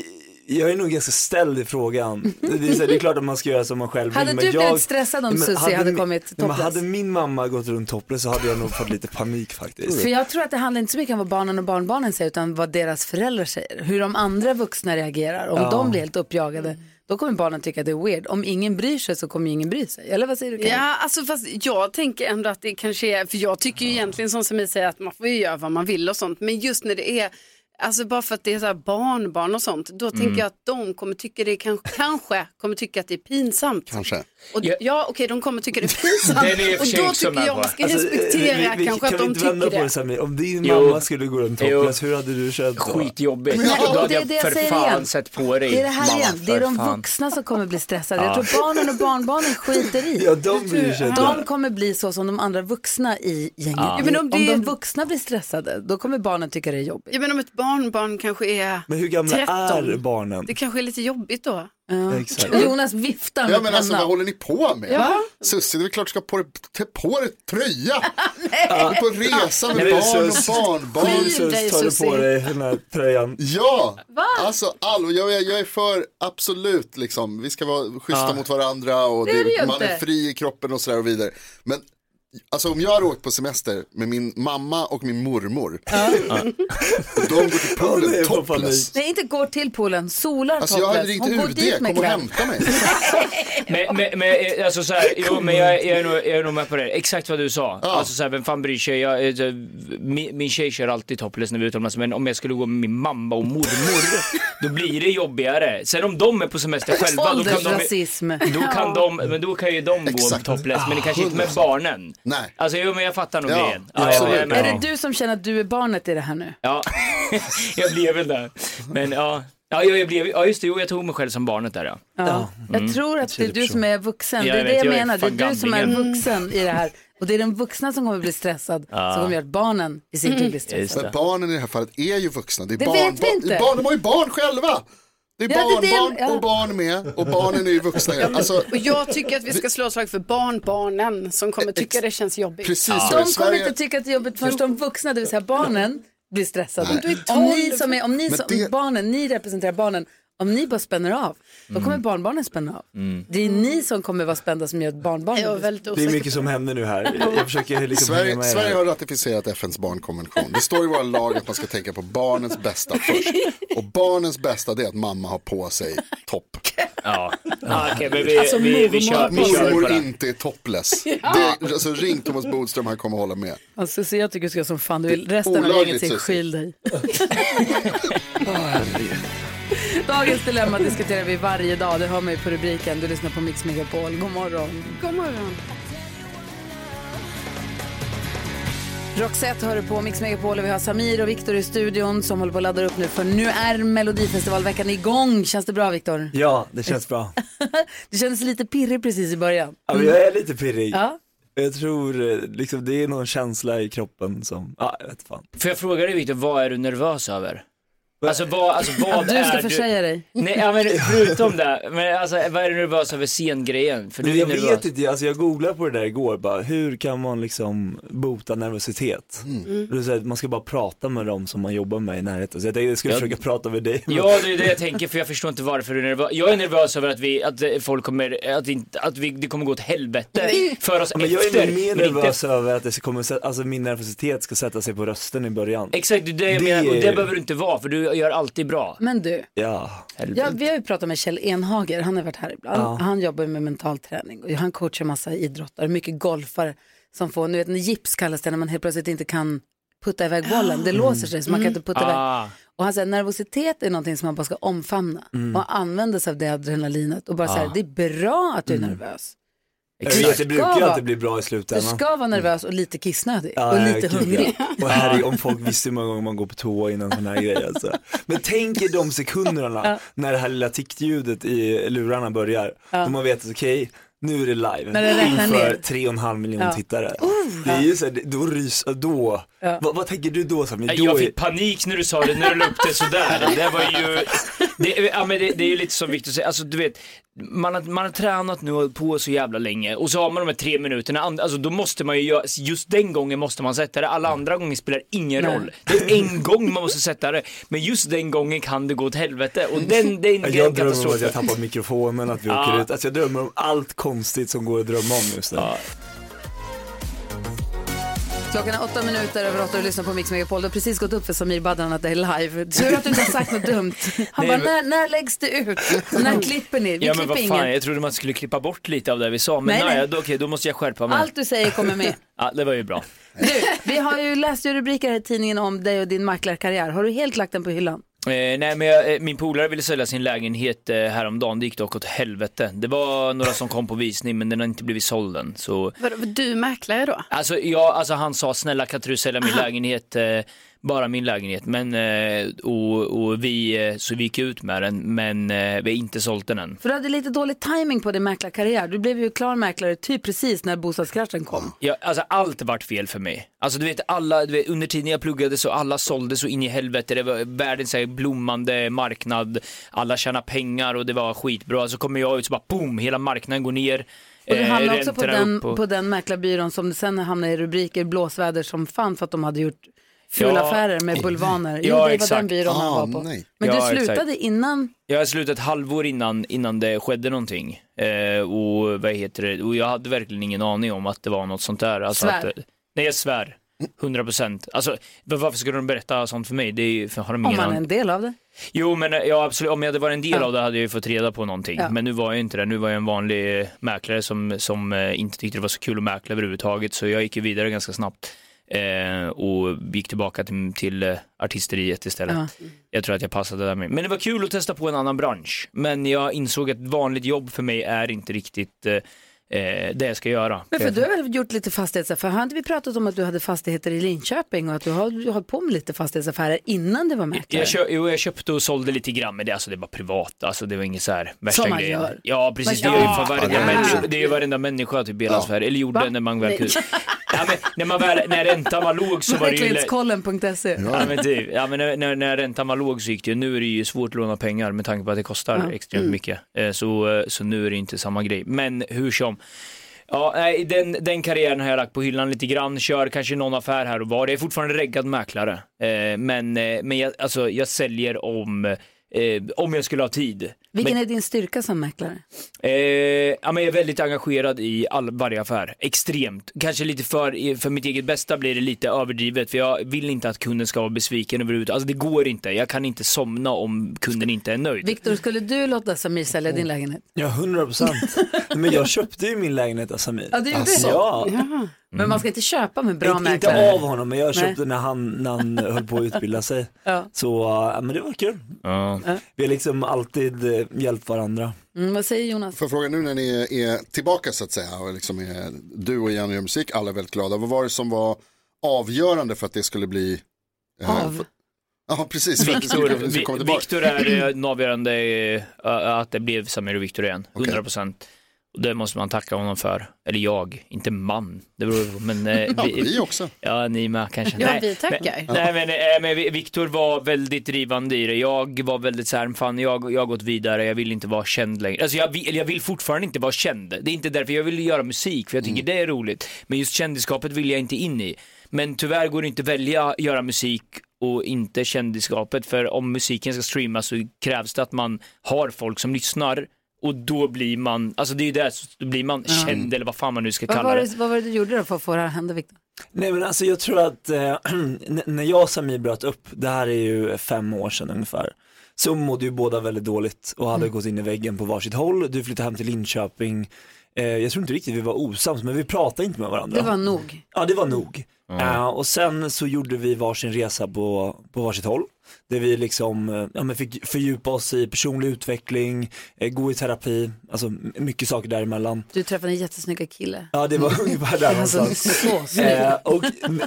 Jag är nog ganska ställd i frågan. Det är klart att man ska göra som man själv vill. Hade du blivit stressad om Susie hade kommit topless? Hade min mamma gått runt topless så hade jag nog fått lite panik faktiskt. För jag tror att det handlar inte så mycket om vad barnen och barnbarnen säger utan vad deras föräldrar säger. Hur de andra vuxna reagerar. Om de blir helt uppjagade, då kommer barnen tycka att det är weird. Om ingen bryr sig så kommer ingen bry sig. Eller vad säger du, Karin? Ja, alltså fast jag tänker ändå att det kanske är, för jag tycker ju egentligen som Samir säger att man får ju göra vad man vill och sånt. Men just när det är, alltså bara för att det är så här barnbarn och sånt, då tänker jag att de kommer tycka det kanske kommer tycka att det är pinsamt. Kanske. Och, okej, de kommer tycka det är pinsamt. Och då tycker jag man ska respektera kanske att de tycker det. Om din mamma skulle gå runt topless, hur hade du känt då? Skitjobbigt. Då hade jag för fan sett på dig. Det är det här igen. Det är de vuxna som kommer bli stressade. Jag tror barnen och barnbarnen skiter i. Ja, de bryr sig. De kommer bli så som de andra vuxna i gänget. Ja, men om de vuxna blir stressade, då kommer barnen tycka det är jobbigt. Ja, men om ett barn kanske är 13. Men hur gamla är barnen? Det kanske är lite jobbigt då. Ja. Exakt. Jonas viftar med men alltså, vad håller ni på med? Ja. Susie, det är klart du ska på dig tröja. Du är på resa med barn och barnbarn. Tar du på dig den här tröjan? Ja, alltså jag är för absolut liksom. Vi ska vara schyssta mot varandra och man är fri i kroppen och sådär och vidare. Men alltså om jag har åkt på semester med min mamma och min mormor och de går till poolen topless. Nej, inte går till poolen, solar alltså topless. Jag hade ringt UD, kom och hämta mig. men alltså så här, men jag är nog med på det. Exakt vad du sa. Alltså så här, vem fan bryr sig? Min tjej kör alltid topless när vi är utomlands, men om jag skulle gå med min mamma och mormor då blir det jobbigare. Sen om de är på semester själva då kan ju de gå topless, men det kanske inte med barnen. Nej. Alltså men jag fattar nog grejen. Är det du som känner att du är barnet i det här nu? Ja, jag blev väl där. Men just det, jag tog mig själv som barnet där. Jag tror att det är du som är vuxen. Det är det jag menar, det är du som är vuxen i det här. Och det är den vuxna som kommer bli stressad som kommer göra att barnen i sin tur blir stressade. Men barnen i det här fallet är ju vuxna. Det vet vi inte. De har ju barn själva. Det är barnbarn och barn med, och barnen är ju vuxna. Alltså, och jag tycker att vi ska slå slag för barnbarnen som kommer tycka det känns jobbigt. Precis, de kommer inte tycka att det är jobbigt först de vuxna, det vill säga barnen blir stressade. Barnen, ni representerar barnen. Om ni bara spänner av, då kommer barnbarnen spänna av. Det är ni som kommer vara spända som gör ett barnbarn. Det är mycket som händer nu här. Jag försöker liksom Sverige har ratificerat FNs barnkonvention. Det står i våra lag att man ska tänka på barnens bästa först. Och barnens bästa är att mamma har på sig topp. Okej, men vi kör. Mormor inte är topless. Alltså ring Thomas Bodström, han kommer hålla med. Alltså, så jag tycker du ska som fan du vill. Resten av gänget säger skyll dig. Dagens dilemma diskuterar vi varje dag. Det hör man ju på rubriken. Du lyssnar på Mix Megapol. God morgon. God morgon. Roxette hör på Mix Megapol. Vi har Samir och Viktor i studion som håller på att ladda upp nu. För nu är Melodifestivalveckan igång. Känns det bra, Viktor? Ja, det känns bra. Det kändes lite pirrig precis i början. Ja, men jag är lite pirrig. Ja. Jag tror liksom, det är någon känsla i kroppen som, jag vet fan. Får jag fråga dig, Victor, vad är du nervös över? Alltså vad du ska försäga dig. Nej, men förutom det, men alltså vad är du nervös över scengrejen? För du jag vet inte, alltså jag googlade på det där igår bara, hur kan man liksom bota nervositet? Man ska bara prata med dem som man jobbar med i närheten. Så jag tänkte jag skulle försöka prata med dig. Ja, det är det jag tänker, för jag förstår inte varför du är nervös. Jag är nervös över att folk kommer det kommer gå åt helvete för oss men efter. Jag är mer nervös över att det kommer, alltså min nervositet ska sätta sig på rösten i början. Exakt, det behöver du inte vara, för du gör alltid bra. Men du, vi har ju pratat med Kjell Enhager, han har varit här ibland. Han jobbar med mental träning och han coachar massa idrottare, mycket golfare som får, nu vet ni, gips kallas det när man helt plötsligt inte kan putta iväg bollen. Det låser sig så man kan inte putta iväg. Och han säger nervositet är någonting som man bara ska omfamna och använda sig av det adrenalinet och bara säga det är bra att du är nervös. Det brukar alltid bli bra i slutändan. Du ska vara nervös och lite kissnödig och lite hungrig. Och här om folk visste hur många gånger man går på toa innan sån här grej alltså. Men tänk er de sekunderna när det här lilla tickljudet i lurarna börjar. Och man vet att okej, nu är det live inför 3,5 miljoner tittare. Det är ju så här, då Ja. Vad tänker du då, Samir? Jag fick panik när du sa det, när du la upp det sådär. Det var ju, det är ju lite som Victor säger, alltså du vet, man har tränat nu på så jävla länge och så har man de här 3 minuterna, alltså då måste man ju göra, just den gången måste man sätta det, alla andra gånger spelar ingen roll. Det är en gång man måste sätta det, men just den gången kan det gå åt helvete och det är en jag drömmer om att jag tappar mikrofonen, att vi åker ut, alltså jag drömmer om allt konstigt som går att drömma om just det. Klockan är 8 minuter över 8 och lyssnar på Mix Megapol. Det har precis gått upp för Samir Badran att det är live. Tur att du inte har sagt något dumt. Han bara, när läggs det ut? När klipper ni? Vi men vad fan, jag trodde man skulle klippa bort lite av det vi sa. Men nej. Okej, då måste jag skärpa mig. Allt du säger kommer med. Ja, det var ju bra. Du, vi har ju läst rubriker här i tidningen om dig och din maklarkarriär. Har du helt lagt den på hyllan? Nej, men min polare ville sälja sin lägenhet häromdagen. Det gick dock åt helvete. Det var några som kom på visning, men den har inte blivit såld än. Så... Var du mäklare då? Alltså han sa, snälla kan du sälja min lägenhet, bara min lägenhet. Men, och vi gick ut med den, men vi har inte sålt den än. För du hade lite dålig timing på din mäklarkarriär. Du blev ju klar mäklare typ precis när bostadskraschen kom. Ja, alltså allt vart fel för mig. Alltså du vet, under tiden jag pluggade så alla sålde så in i helvete. Det var världens så här, blommande marknad. Alla tjänar pengar och det var skitbra. Så kommer jag ut så bara boom, hela marknaden går ner. Och du hamnade också på den mäklarbyrån som sen hamnade i rubriker blåsväder som fan för att de hade gjort fula affärer med bulvaner. Det var den byrån han var på. Nej. Men du slutade innan? Jag har slutat ett halvår innan det skedde någonting. Och vad heter det? Och jag hade verkligen ingen aning om att det var något sånt där. Alltså svär? Nej, jag svär. 100%. Alltså, varför skulle de berätta sånt för mig? Det är, har de om man är en del av det? Jo, men absolut, om jag hade varit en del av det hade jag ju fått reda på någonting. Ja. Men nu var jag inte det. Nu var jag en vanlig mäklare som inte tyckte det var så kul att mäkla överhuvudtaget. Så jag gick ju vidare ganska snabbt. Och gick tillbaka till artisteriet istället. Jag tror att jag passade där med. Men det var kul att testa på en annan bransch. Men jag insåg att vanligt jobb för mig är inte riktigt det jag ska göra. Men för du har väl gjort lite fastighetsaffärer. Har inte vi pratat om att du hade fastigheter i Linköping och att du har hållit på med lite fastighetsaffärer innan du var mäklare? Jag köpte och sålde lite grann, men det var privat. Alltså det var inget så här värsta som man grejer. Gör. Ja, precis. Det är ju varenda människa typ i hela Sverige. Eller gjorde när man väl när räntan var låg så var det ju... Mäklighetskollen.se. När räntan var låg så gick det. Nu är det ju svårt att låna pengar med tanke på att det kostar extremt mycket. Så nu är det inte samma grej. Men hur som... Ja, den karriären har jag lagt på hyllan lite grann. Kör kanske någon affär här och var. Jag är fortfarande reggad mäklare. Men jag säljer om jag skulle ha tid. Vilken är din styrka som mäklare? Jag är väldigt engagerad i varje affär. Extremt. Kanske lite för mitt eget bästa blir det lite överdrivet. För jag vill inte att kunden ska vara besviken överhuvudtaget. Alltså det går inte. Jag kan inte somna om kunden inte är nöjd. Viktor, skulle du låta Samir sälja din lägenhet? Ja, 100%. Men jag köpte ju min lägenhet av Samir. Ja, det gjorde det? Ja. Men man ska inte köpa med bra mäklare. Inte av honom, men jag köpte när han höll på att utbilda sig. Så, men det var kul. Vi har liksom alltid hjälpt varandra. Vad säger Jonas? För fråga nu när ni är tillbaka så att säga, och liksom du och Jenny gör musik, alla är väldigt glada. Vad var det som var avgörande för att det skulle bli... Ja, precis. Victor är den avgörande att det blev Samir och Victor igen. 100%. Och det måste man tacka honom för. Eller jag, inte man. Det beror, men vi också. Ja, ni med kanske. Ja, vi tackar. Men Victor var väldigt drivande i det. Jag var väldigt så här, fan jag har gått vidare. Jag vill inte vara känd längre. Alltså jag vill fortfarande inte vara känd. Det är inte därför jag vill göra musik, för jag tycker det är roligt. Men just kändisskapet vill jag inte in i. Men tyvärr går det inte välja göra musik och inte kändisskapet. För om musiken ska streamas så krävs det att man har folk som lyssnar. Och då blir man, alltså det är ju det, då blir man känd eller vad fan man nu ska kalla det. Vad var det du gjorde då för att få det här hända, Victor? Nej, men alltså jag tror att när jag och Samir bröt upp, det här är ju 5 år sedan ungefär, så mådde ju båda väldigt dåligt och hade gått in i väggen på varsitt håll. Du flyttade hem till Linköping. Jag tror inte riktigt vi var osams, men vi pratade inte med varandra. Det var nog. Ja, det var nog. Och sen så gjorde vi varsin resa på varsitt håll. Där vi liksom fick fördjupa oss i personlig utveckling, gå i terapi, alltså mycket saker däremellan. Du träffade en jättesnygga kille. Ja, det var ungefär där någonstans. Och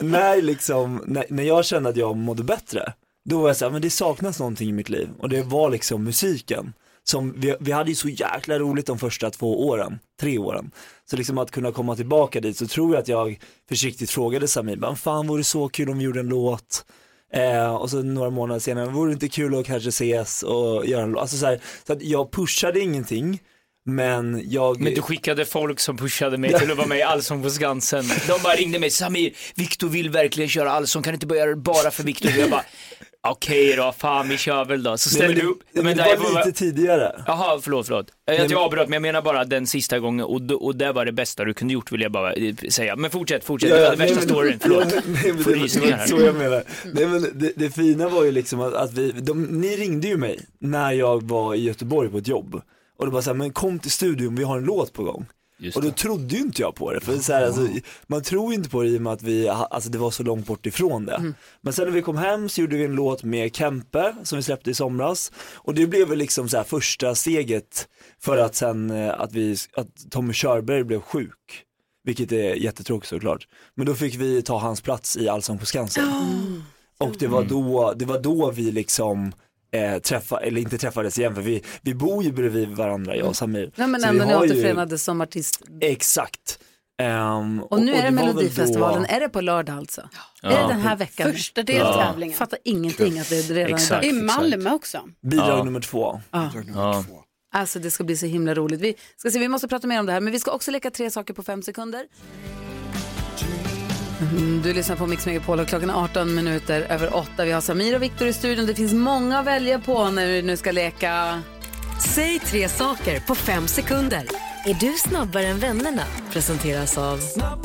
när jag kände att jag mådde bättre, då var jag så här, men det saknas någonting i mitt liv. Och det var liksom musiken. som vi hade ju så jäkla roligt de första 3 åren. Så liksom att kunna komma tillbaka dit, så tror jag att jag försiktigt frågade Samir, men fan vore det så kul om vi gjorde en låt. Och så några månader senare, vore det inte kul att kanske ses och göra en låt. Alltså så att jag pushade ingenting. Men du skickade folk som pushade mig till att vara med i Allsång på Skansen. De bara ringde mig, Samir, Viktor vill verkligen köra Allsång, kan inte bara göra det bara för Viktor? Jag bara, okej då, fan vi kör väl då. Så ställde du upp. Men det var lite tidigare. Jaha, förlåt. Jag avbröt, men jag menar bara den sista gången. Och det var det bästa du kunde gjort, vill jag bara säga. Men fortsätt, det var det värsta storyn, förlåt. Så jag menar. Nej, men det fina var ju liksom att ni ringde ju mig när jag var i Göteborg på ett jobb. Och det var så här, men kom till studion, vi har en låt på gång. Och då trodde ju inte jag på det. För så här, alltså, man tror inte på det i och med att det var så långt bort ifrån det. Men sen när vi kom hem så gjorde vi en låt med Kempe som vi släppte i somras. Och det blev väl liksom så här första steget för att sen att Tommy Körberg blev sjuk. Vilket är jättetråkigt såklart. Men då fick vi ta hans plats i Allsång på Skansen. Och det var då vi liksom inte träffades igen, för vi bor ju bredvid varandra, jag och Samir. Nej, men ändå ni återförenades som artist. Exakt. Och nu är det Melodifestivalen, är det på lördag alltså? Ja. Är det den här veckan? Första deltävlingen. Fattar ingenting att det är redan exakt, i Malmö också. Bidrag nummer 2. Alltså det ska bli så himla roligt. Vi måste prata mer om det här, men vi ska också leka 3 saker på 5 sekunder. Du lyssnar på Mix Megapol och klockan är 8:18. Vi har Samir och Viktor i studion. Det finns många att välja på när vi nu ska leka. Säg 3 saker på 5 sekunder. Är du snabbare än vännerna? Presenteras av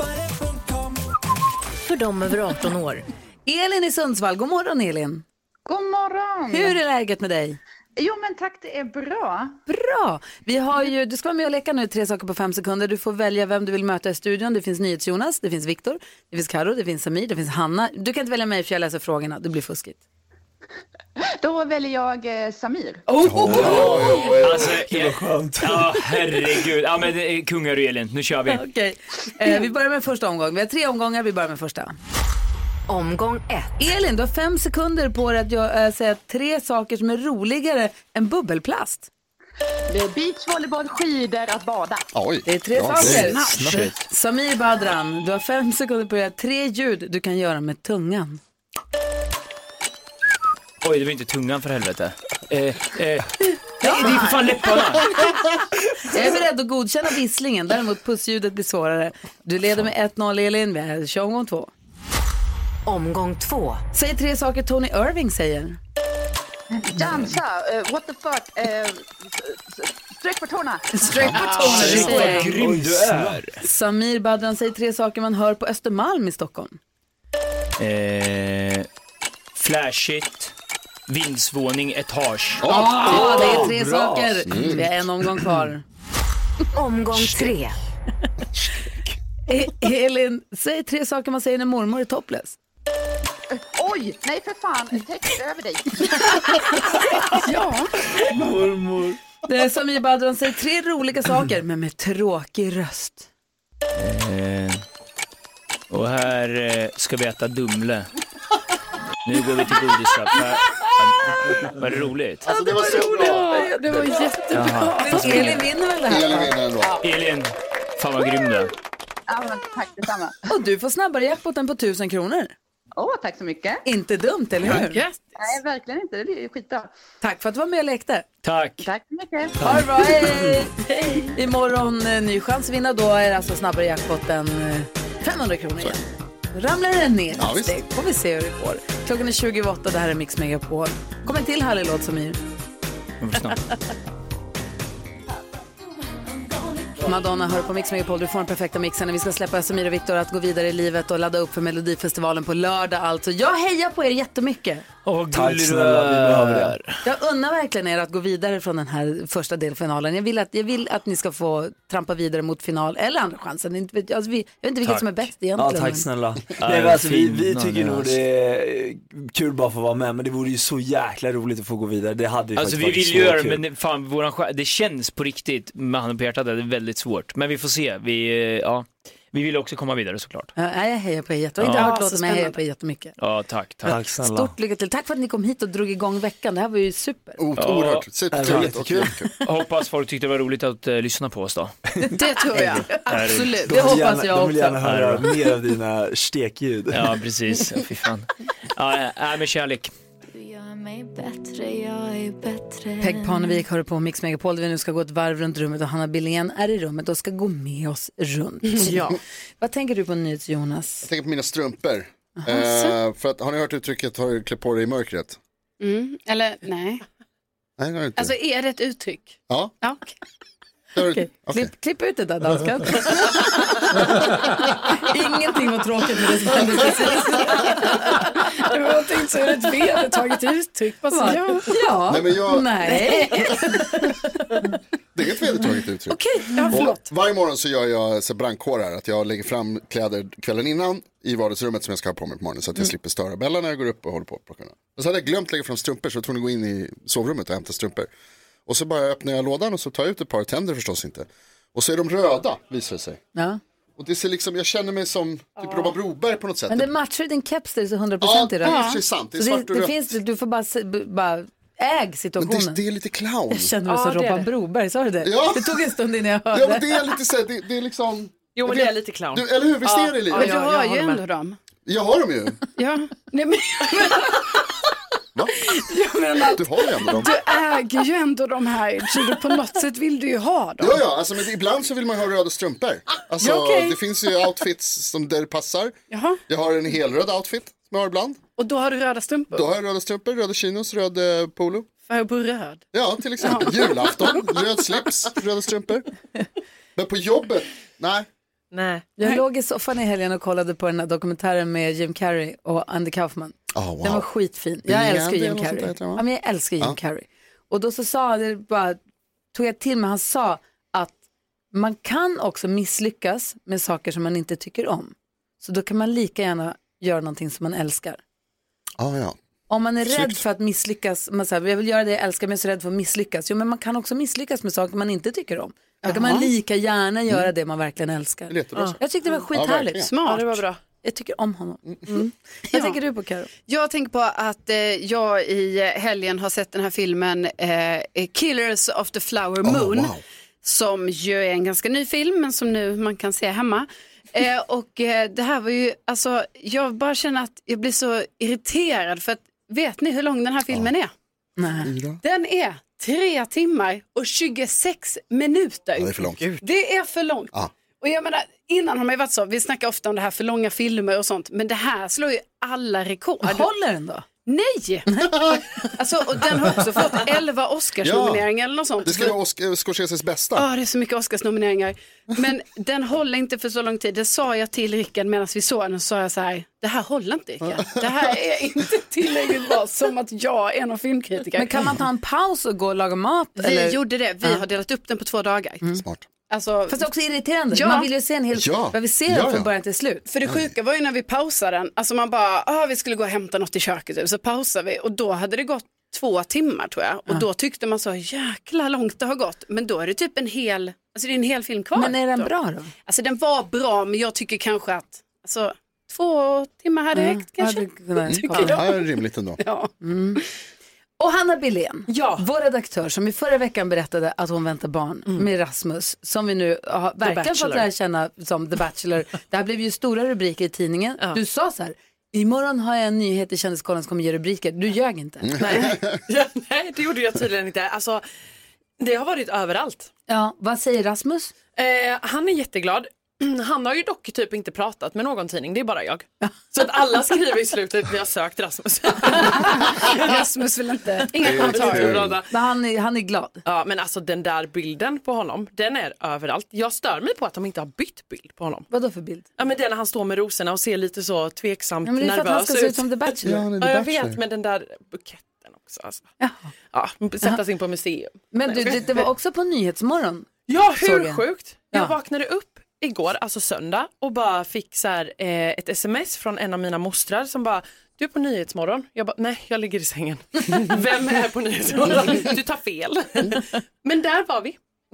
för dem över 18 år. Elin i Sundsvall. God morgon, Elin. God morgon. Hur är läget med dig? Jo men tack, det är bra. Bra. Du ska vara med och leka nu 3 saker på 5 sekunder. Du får välja vem du vill möta i studion. Det finns NyhetsJonas, det finns Viktor, det finns Karo, det finns Samir, det finns Hanna. Du kan inte välja mig för jag läser frågorna, det blir fuskigt. Då väljer jag Samir. Alltså, det var skönt. Ja, herregud. Ja, men kungar du, Elin, nu kör vi. Okej. Vi börjar med första omgången. Vi har 3 omgångar, vi börjar med första. Omgång 1. Elin, du har 5 sekunder på dig att säga 3 saker som är roligare än bubbelplast. Det är beachvolleyboll, skidor, att bada. Oj. Det är 3 saker. Samir Badran, du har 5 sekunder på dig att 3 ljud du kan göra med tungan. Oj, det var inte tungan för helvete. Nej, det är för fan läpparna. Jag är beredd att godkänna visslingen, däremot pussljudet blir svårare. Du leder med 1-0, Elin. Vi kör omgång 2. Omgång 2. Säg 3 saker Tony Irving säger. Dansa, what the fuck, sträck på tårna. Sträck på tårna, vad grym du är. Samir Badran, säger 3 saker man hör på Östermalm i Stockholm. Flashigt, vindsvåning, etage. Det är 3 saker. Vi har en omgång kvar. Omgång 3. Elin, säg 3 saker man säger när mormor är topless. Oj, nej för fan, text över dig. Ja, mormor. Det är Samir Badran, säger 3 roliga saker men med tråkig röst. Och här ska vi äta dumle. Nu går vi till godisrapp. Var det roligt? Alltså det var så bra. Det var jättebra. Elin vinner väl det här? Elin vinner ändå. Elin, fan vad grym du är. Ja, men tack detsamma. Och du får snabbare jackpotten på 1000 kronor. Tack så mycket. Inte dumt, eller hur? Nej, verkligen inte. Det blir skitbra. Tack för att du var med och lekte. Tack. Tack så mycket. Ha det bra, hej! Imorgon ny chans att vinna. Då är det alltså snabbare jackpotten 500 kronor igen. Ramlar den ner ett steg. Får vi se hur det går. Klockan är 28, det här är Mix Megapol. Kom en till härlig låt, Samir. Madonna hör på Mix Megapol. Du får den perfekta mixen. Vi ska släppa Samir och Viktor att gå vidare i livet och ladda upp för Melodifestivalen på lördag. Alltså, jag hejar på er jättemycket. Tack snälla, vi behöver det. Jag unnar verkligen er att gå vidare från den här första delfinalen. Jag vill att ni ska få trampa vidare mot final eller andra chansen. Jag vet inte vilket som är bäst egentligen. Ja, tack snälla. Nej, alltså, vi tycker nog det är kul bara för att vara med, men det vore ju så jäkla roligt att få gå vidare. Det hade ju alltså vi vill göra det, men fan, det känns på riktigt med handen på hjärtat, det är väldigt svårt. Men vi får se. vi vill också komma vidare såklart. Jag hejar på er jättemycket. Inte hört låten, men jag hejar på er jättemycket. Ja, tack. Stort lycka till. Tack för att ni kom hit och drog igång veckan. Det här var ju super. Oerhört. Superkul. Hoppas folk tyckte det var roligt att lyssna på oss då. Det tror jag. Absolut. Det hoppas jag också. De vill gärna höra mer av dina stekljud. Ja, precis. Fy fan. Ja, med kärlek. Peg Parnevik hör på Mix Megapol. Vi nu ska gå ett varv runt rummet och Hanna Billén är i rummet och ska gå med oss runt. Ja. Vad tänker du på nyhets, Jonas? Jag tänker på mina strumpor. För att, har ni hört uttrycket har du klä på dig i mörkret? Eller nej. Nej, det har inte. Alltså är det ett uttryck? Ja. Okay. Klipp ut det där, danskan. Ingenting var tråkigt med det som hände precis. Jag tänkte så är det ett vedertaget uttryck. Ja. Nej, men Nej. Det är ett vedertaget uttryck. Okej, förlåt. Varje morgon så gör jag så brandkårar att jag lägger fram kläder kvällen innan i vardagsrummet som jag ska ha på mig på morgonen så att jag slipper störa Bella när jag går upp och håller på. Och så hade jag glömt lägga fram strumpor så jag tror ni gå in i sovrummet och hämta strumpor. Och så bara öppnar jag lådan och så tar jag ut ett par tänder förstås inte. Och så är de röda, visar det sig. Ja. Och det ser liksom, jag känner mig som typ Robban Broberg på något sätt. Men det matchar din keps där så 100% i det. Ja, det är sant. Det är svart och rött. Finns, du får bara äg situationen. Men det är lite clown. Jag känner mig som Robban Broberg, sa du det? Ja. Det tog en stund innan jag hörde. Ja, men det är lite så det är liksom... Jo, men det är lite clown. Eller hur, visst är det lite? Ja, du har ju ändå dem. Jag har dem ju. Ja, nej men... Va? Jag menar, du har ju ändå dem. Du äger ju ändå de här, så du på något sätt vill du ju ha dem. Ja, alltså, men ibland så vill man ha röda strumpor. Alltså, det finns ju outfits som där det passar. Jaha. Jag har en helröd outfit som jag har ibland. Och då har du röda strumpor? Då har jag röda strumpor, röda chinos, röd polo. Farbror röd? Ja, till exempel. Julafton, röd slips, röda strumpor. Men på jobbet, nej. Jag låg i soffan i helgen och kollade på den här dokumentären med Jim Carrey och Andy Kaufman. Oh, wow. Den var skitfin. Jag älskar Jim Carrey. Ja, men jag älskar Jim Carrey. Och då så sa det bara, tog jag till mig, han sa att man kan också misslyckas med saker som man inte tycker om. Så då kan man lika gärna göra någonting som man älskar. Ja. Om man är rädd för att misslyckas, man säger, jag vill göra det jag älskar men jag är så rädd för att misslyckas. Jo, men man kan också misslyckas med saker man inte tycker om. Då kan man lika gärna göra det man verkligen älskar. Jag tyckte det var skithärligt. Smart. Ja, det var bra. Jag tycker om honom. Vad tänker du på, Karo? Jag tänker på att jag i helgen har sett den här filmen Killers of the Flower Moon. Som ju är en ganska ny film men som nu man kan se hemma. Och det här var ju, alltså jag bara känner att jag blir så irriterad för att vet ni hur lång den här filmen är? Nej. Den är 3 timmar och 26 minuter. Ja, det är för långt. Det är för långt. Och jag menar, innan har man ju varit så, vi snackar ofta om det här för långa filmer och sånt, men det här slår ju alla rekord. Håller den då? Nej! Alltså, och den har också fått 11 Oscarsnomineringar eller något sånt. Det ska vara Scorseses bästa. Ja, det är så mycket Oscarsnomineringar. Men den håller inte för så lång tid. Det sa jag till Rickard medan vi såg den, så sa jag så här, det här håller inte, Rickard. Det här är inte tillräckligt bra, som att jag är någon filmkritiker. Men kan man ta en paus och gå och laga mat? Vi gjorde det. Vi har delat upp den på 2 dagar. Smart. Alltså, fast det är också irriterande. Ja. Man vill ju se en hel vad vi ser den från början till slut. För det sjuka var ju när vi pausade den. Alltså man bara, vi skulle gå och hämta något i köket. Så pausade vi och då hade det gått 2 timmar tror jag. Och då tyckte man så, jäkla långt det har gått. Men då är det typ en hel film kvar. Men är den bra då? Alltså den var bra, men jag tycker kanske att 2 timmar hade räckt kanske. Det här är rimligt ändå. Ja. Och Hanna Billén, vår redaktör som i förra veckan berättade att hon väntar barn med Rasmus, som vi nu har verkligen fått lära känna som The Bachelor. Det här blev ju stora rubriker i tidningen. Du sa så här, imorgon har jag en nyhet i Kändiskollen som kommer ge rubriker. Du ljög inte. Nej, det gjorde jag tydligen inte. Alltså, det har varit överallt. Ja, vad säger Rasmus? Han är jätteglad. Han har ju dock typ inte pratat med någon tidning, det är bara jag. Så att alla skriver i slutet, vi har sökt Rasmus. Rasmus vill inte, inga kommentarer. Men han är glad. Ja, men alltså den där bilden på honom, den är överallt. Jag stör mig på att de inte har bytt bild på honom. Vadå för bild? Ja, men det är när han står med rosorna och ser lite så tveksamt nervös ut. Men det är för att han ska se ut som The Bachelor. Ja, jag vet, men den där buketten också. Alltså. Ja, sättas in på museum. Men det var också på Nyhetsmorgon. Ja, hur sjukt. Jag vaknade upp igår, alltså söndag, och bara fick så här, ett sms från en av mina mostrar som bara, du är på Nyhetsmorgon. Jag bara, nej, jag ligger i sängen. Vem är på Nyhetsmorgon? Du tar fel. Men där var vi.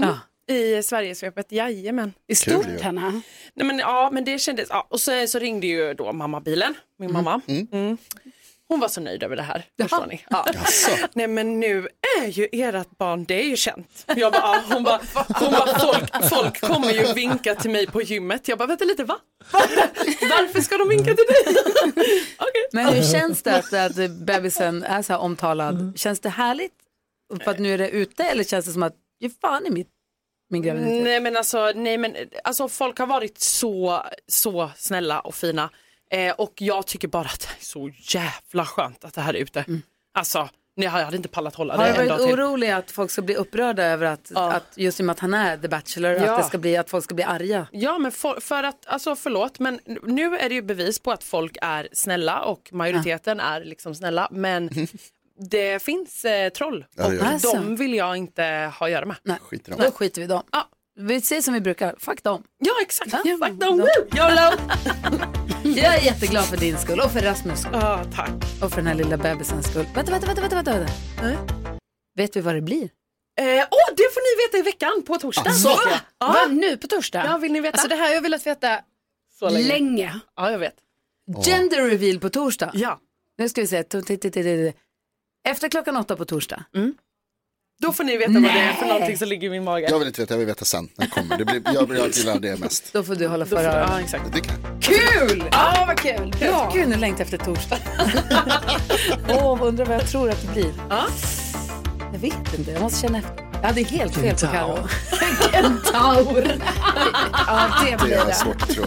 I Sverigesvepet, jajamän. I stort henne. Nej men ja, men det kändes, ja. Och så ringde ju då mammabilen, min mamma. Hon var så nöjd över det här, förstår ni? Ja. Nej men nu är ju ert barn, det är ju känt. Jag bara, hon bara folk kommer ju vinka till mig på gymmet. Jag bara, vänta lite, va? Varför ska de vinka till dig? Okay. Men hur känns det att bebisen är så här omtalad? Känns det härligt? För att nu är det ute, eller känns det som att ju fan är min graviditet? Nej men alltså folk har varit så snälla och fina. Och jag tycker bara att det är så jävla skönt att det här är ute. Alltså, jag hade inte pallat hålla det en dag till. Har du varit orolig att folk ska bli upprörda över att just i och med att han är The Bachelor, att folk ska bli arga? Ja, men för att, alltså förlåt, men nu är det ju bevis på att folk är snälla och majoriteten är liksom snälla, men det finns troll och de vill jag inte ha att göra med. Nej, då skiter vi dem. Ja. Vi säger som vi brukar, fuck dem. Ja, exakt. Fuck dem. YOLO. Jag är jätteglad för din skull och för Rasmus skull. Tack. Och för den här lilla bebisens skull. Vänta. Vet vi vad det blir? Det får ni veta i veckan på torsdag. Nu på torsdag? Ja, vill ni veta? Alltså det här har jag velat veta så länge. Ja, jag vet. Gender reveal på torsdag. Ja. Nu ska vi se. Efter 8:00 på torsdag. Då får ni veta vad det är för någonting som ligger i min mage. Jag vill inte veta, jag vill veta sen när det kommer. Jag gillar det mest. Då får du hålla för öronen. Ja, exakt. Kul! Ja, vad kul. Bra. Kul, nu längtar efter torsdag. Undrar vad jag tror att det blir. Jag vet inte, jag måste känna efter. Jag hade helt fel på Karo. Kentaur. Ja, det blir det. Det är svårt att tro.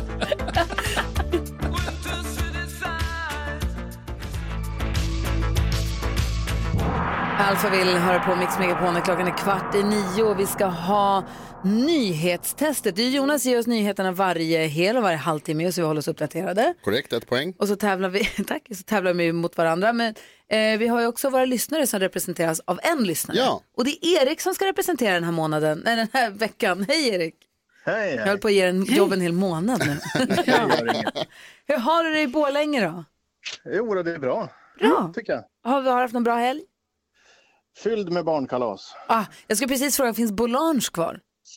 Alfa vill höra på Mix Megapol när klockan är 8:45 och vi ska ha nyhetstestet. Jonas ger oss nyheterna varje hel och varje halvtimme så vi håller oss uppdaterade. Korrekt, 1 poäng. Och så tävlar vi, så tävlar vi mot varandra. Men vi har ju också våra lyssnare som representeras av en lyssnare. Ja. Och det är Erik som ska representera den här veckan. Hej Erik. Hej. Jag höll på att ge en jobb en hel månad nu. Hur har du det i Borlänge då? Jo, det är bra. Bra. Tycker jag. Har du haft någon bra helg? Fylld med barnkalas. Jag ska precis fråga, finns Boulange kvar?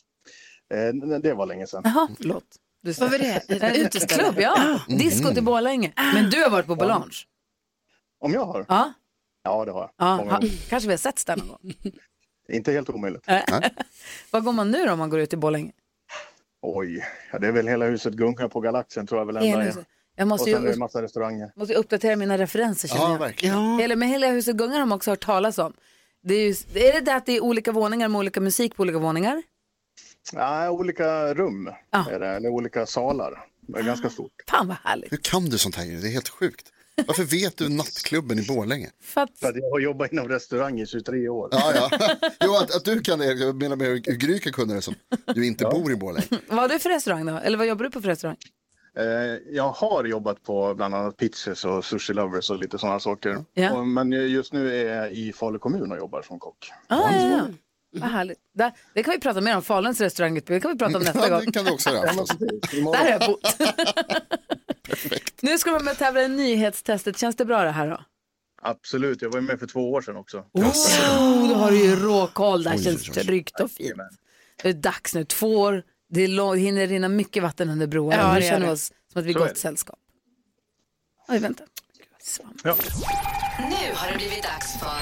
Det var länge sedan. Jaha, förlåt. Vad var det? Uteklubb, ja. Disco till Borlänge. Men du har varit på Boulange? Om jag har? Ja. Ja, det har jag. Ja, kanske vi har sett där någon gång. Inte helt omöjligt. Vad går man nu då om man går ut i Borlänge? Oj, det är väl hela huset gungar på Galaxen tror jag väl ändå är. Och sen är det en massa restauranger. Måste uppdatera mina referenser känner jag. Verkligen. Eller hela huset gungar har man också hört talas om. Är det att det är olika våningar med olika musik på olika våningar? Ja, olika rum är det, eller olika salar. Det är ganska stort. Fan vad härligt. Hur kan du sånt här? Det är helt sjukt. Varför vet du nattklubben i Borlänge? För att jag har jobbat inom restaurang i 23 år. Ja. Jo, att du kan det. Jag menar med hur Gry kan kunna det som du inte bor i Borlänge. Vad har du för restaurang då? Eller vad jobbar du på för restaurang? Jag har jobbat på bland annat Pitches och Sushi Lovers och lite sådana saker. Ja. Men just nu är jag i Falu kommun och jobbar som kock. Ja. Vad härligt. Det kan vi prata mer om. Faluns restaurangutbud. Det kan vi prata om nästa gång. Det kan du också göra. Där har jag bott. Perfekt. Nu ska vi med tävla i nyhetstestet. Känns det bra det här då? Absolut. Jag var med för 2 år sedan också. Då har du ju råkoll. Det känns tryggt och fint. Det är dags nu. 2 år. Det hinner rinna mycket vatten under broar. Ja, vi känner oss som att vi gått sällskap. Oj, vänta. Ja. Nu har det blivit dags för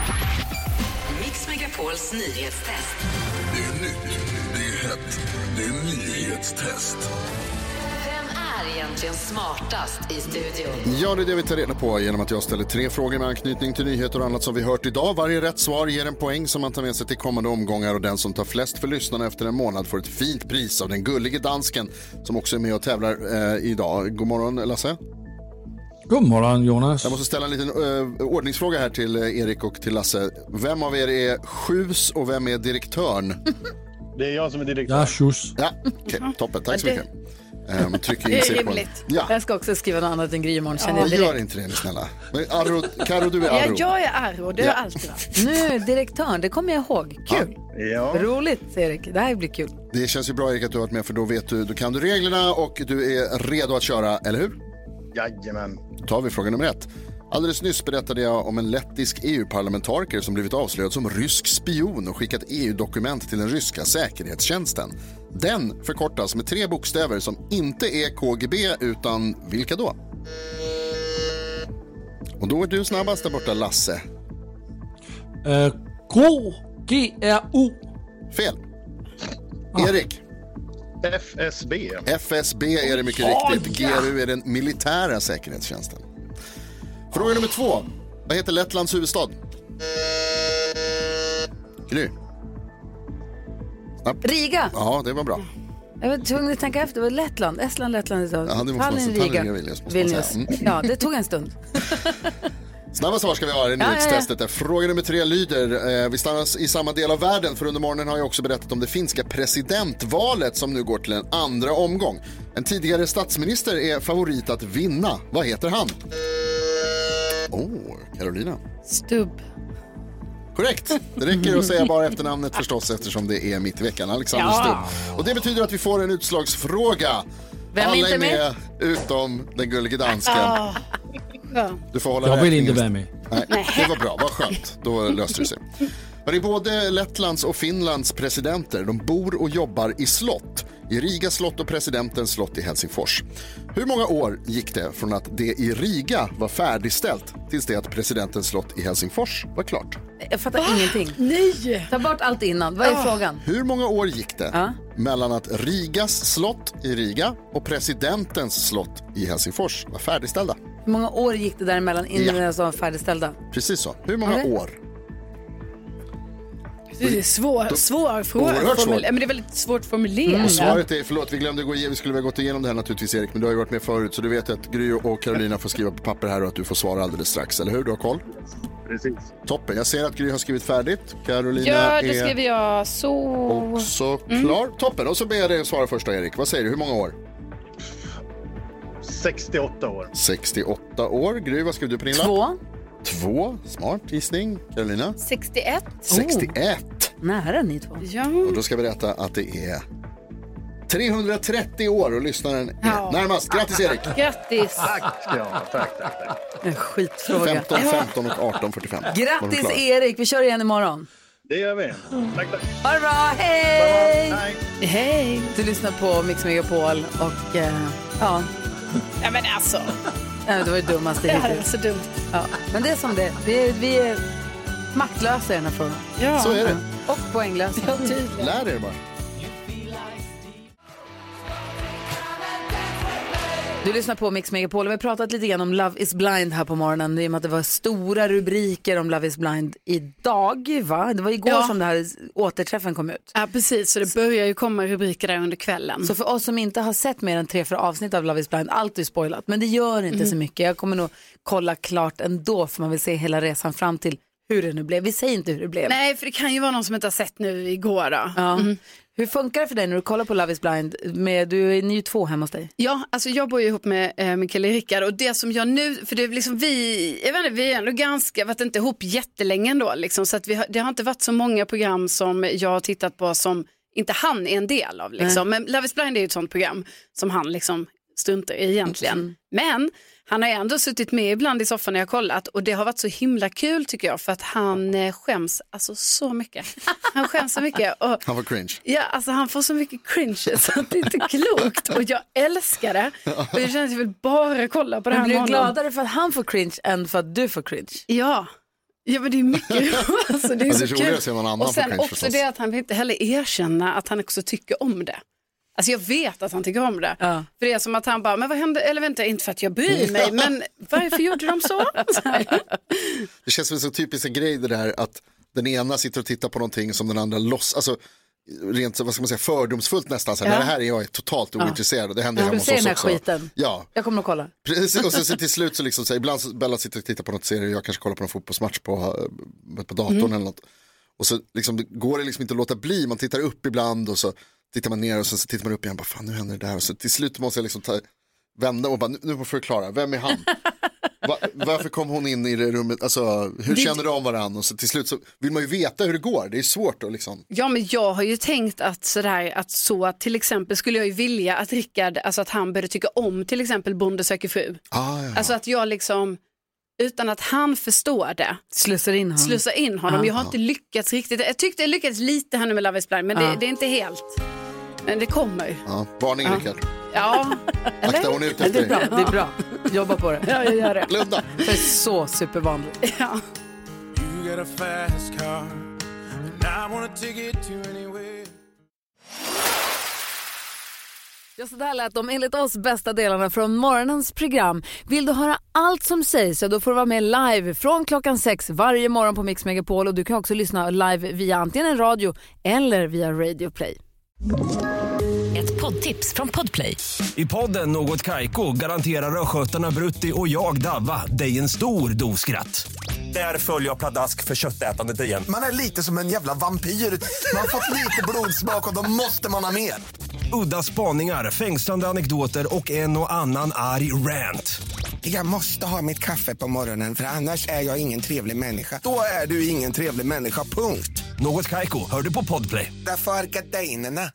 Mix Megapols nyhetstest. Det är nytt, det är hett, det är nyhetstest. Vem är egentligen smartast i studion? Ja, det är det vi tar reda på genom att jag ställer 3 frågor med anknytning till nyheter och annat som vi hört idag. Varje rätt svar ger en poäng som man tar med sig till kommande omgångar och den som tar flest för lyssnarna efter en månad får ett fint pris av den gullige dansken som också är med och tävlar idag. God morgon Lasse. God morgon Jonas. Jag måste ställa en liten ordningsfråga här till Erik och till Lasse. Vem av er är sjus och vem är direktörn? Det är jag som är direktör. Jag är sjus. Ja, okej, toppen. Tack så mycket. Det är rimligt. Ja. Jag ska också skriva något annat än Gry imorgon. Gör inte det, snälla. Karo, du är Arro. Ja, jag är Arro. Det är alltid varit. Nu, direktören, det kommer jag ihåg. Kul. Ja. Roligt, Erik. Det här blir kul. Det känns ju bra, Erik, att du har varit med för då vet du, då kan du reglerna och du är redo att köra, eller hur? Jajamän. Då tar vi fråga nummer 1. Alldeles nyss berättade jag om en lettisk EU-parlamentariker som blivit avslöjad som rysk spion och skickat EU-dokument till den ryska säkerhetstjänsten. Den förkortas med 3 bokstäver som inte är KGB utan vilka då? Och då är du snabbast där borta, Lasse. KGRU. Fel. Erik. FSB. FSB är det mycket riktigt. GRU är den militära säkerhetstjänsten. Fråga nummer 2. Vad heter Lettlands huvudstad? Gry. Snabb. Riga. Ja, det var bra. Jag var tvungen att tänka efter. Det var Lettland. Estland, Lettland. Ja, det måste Riga. Vilnius. Ja, det tog en stund. Snabba svar ska vi ha i nyhetstestet. Fråga nummer 3 lyder. Vi stannar i samma del av världen. För under morgonen har jag också berättat om det finska presidentvalet som nu går till en andra omgång. En tidigare statsminister är favorit att vinna. Vad heter han? Carolina. Stubb. Korrekt. Det räcker att säga bara efternamnet förstås eftersom det är mitt i veckan. Alexander Stubb. Och det betyder att vi får en utslagsfråga. Vem alla inte är med utom den gullige dansken. Du får hålla jag vill inte vara med. Nej, det var bra, vad skönt. Då löste det sig. Både Lettlands och Finlands presidenter, de bor och jobbar i slott. I Riga slott och presidentens slott i Helsingfors. Hur många år gick det från att det i Riga var färdigställt tills det att presidentens slott i Helsingfors var klart? Jag fattar ingenting. Nej! Ta bort allt innan. Vad är frågan? Hur många år gick det mellan att Rigas slott i Riga och presidentens slott i Helsingfors var färdigställda? Hur många år gick det däremellan innan de var färdigställda? Precis så. Hur många år? Det är svår fråga. Men det är väldigt svårt formulerat. Svaret är, förlåt, vi skulle ha gått igenom det här naturligtvis, Erik, men du har ju varit med förut så du vet att Gry och Carolina får skriva på papper här och att du får svara alldeles strax, eller hur? Du har koll? Precis. Toppen, jag ser att Gry har skrivit färdigt. Carolina det skriver jag så. Också klar. Toppen, och så ber jag dig svara först då, Erik. Vad säger du, hur många år? 68 år. 68 år. Gry, vad skrev du på din lapp? 2. Smart gissning. Carolina? 61. 61. Nära ni två. Ja. Och då ska vi berätta att det är 330 år och lyssnaren är närmast. Grattis, Erik. Grattis. Tack. En skitfråga. 15 och 18:45. Grattis, Erik. Vi kör igen imorgon. Det gör vi. Tack. Ha det bra. Hej! Hej. Du lyssnar på Mix Megapol och Ja, men alltså. Det var det dummaste hittills. Det här är så dumt. Ja, men det är som det. Vi är maktlösa i den här frågan. Ja. Så är det. Och poänglösa. Ja, tydligen. Lär er bara. Du lyssnar på Mix Megapol. Vi har pratat lite grann om Love is blind här på morgonen. I och med att det var stora rubriker om Love is blind idag, va? Det var igår som det här återträffen kom ut. Ja, precis. Så det börjar ju komma rubriker där under kvällen. Så för oss som inte har sett mer än 3-4 avsnitt av Love is blind, allt är spoilat. Men det gör inte så mycket. Jag kommer nog kolla klart ändå för man vill se hela resan fram till hur det nu blev. Vi säger inte hur det blev. Nej, för det kan ju vara någon som inte har sett nu igår då. Ja. Hur funkar det för dig när du kollar på Love is blind? Du är ju 2 hemma hos dig. Ja, alltså jag bor ju ihop med min kille Rickard. Och det som jag nu, för det är liksom vi är ändå ganska, varit inte ihop jättelänge ändå liksom. Så att det har inte varit så många program som jag har tittat på som inte han är en del av liksom. Men Love is blind är ju ett sånt program som han liksom struntar i egentligen. Men han har ändå suttit med ibland i soffan när jag har kollat och det har varit så himla kul tycker jag för att han skäms alltså så mycket. Han skäms så mycket. Och, han får cringe. Ja, alltså han får så mycket cringe så att det är inte klokt och jag älskar det. Och jag känner att jag vill bara kolla på det här. Men blir du gladare för att han får cringe än för att du får cringe? Ja. Ja, men det är mycket alltså, det är så kul. Och sen också förstås. Det att han vill inte heller erkänna att han också tycker om det. Alltså jag vet att han tycker om det. Ja. För det är som att han bara, men vad hände? Eller vänta, inte för att jag bryr mig, men varför gjorde de så? Det känns som en så typisk grej det där att den ena sitter och tittar på någonting som den andra alltså rent, vad ska man säga, fördomsfullt nästan. Så, det här är jag totalt ointresserad och det händer hemma hos oss också. Skiten. Ja. Jag kommer att kolla. Precis, och så till slut så liksom, så ibland så Bella sitter och tittar på något serie och jag kanske kollar på någon fotbollsmatch på datorn eller något. Och så liksom, går det liksom inte att låta bli, man tittar upp ibland och så tittar man ner och så tittar man upp igen, bara fan nu händer det där och så till slut måste jag liksom vända och bara nu får jag förklara, vem är han? Varför kom hon in i det rummet, alltså hur känner du om varandra och så till slut så vill man ju veta hur det går, det är svårt att liksom. Ja, men jag har ju tänkt att sådär, att så till exempel skulle jag ju vilja att Rickard, alltså att han började tycka om till exempel Bonde söker fru. Ja. Alltså att jag liksom utan att han förstår det. Slussar in honom. Jag har inte lyckats riktigt. Jag tyckte jag lyckades lite här nu med Love is blind, men det är inte helt. Men det kommer. Ja, varning Rickard. Ja. Akta hon ut efter. Det är bra. Jobba på det. Ja, jag gör det. Blunda. Det är så supervanligt. Ja. You got a fast car and I wanna take it to anywhere. Ja, så där lät de enligt oss bästa delarna från morgonens program. Vill du höra allt som sägs så då får du vara med live från 6 varje morgon på Mix Megapol. Och du kan också lyssna live via antingen en radio eller via Radio Play. Ett poddtips från Podplay. I podden Något Kaiko garanterar röskötarna Brutti och jag Davva dig en stor doskratt. Där följer jag pladask för köttätandet igen. Man är lite som en jävla vampyr. Man har fått lite blodsmak och då måste man ha mer. Udda spaningar, fängslande anekdoter och en och annan arg rant. Jag måste ha mitt kaffe på morgonen för annars är jag ingen trevlig människa. Då är du ingen trevlig människa, punkt. Något Kaiko, hör du på Podplay. Därför är gardinerna.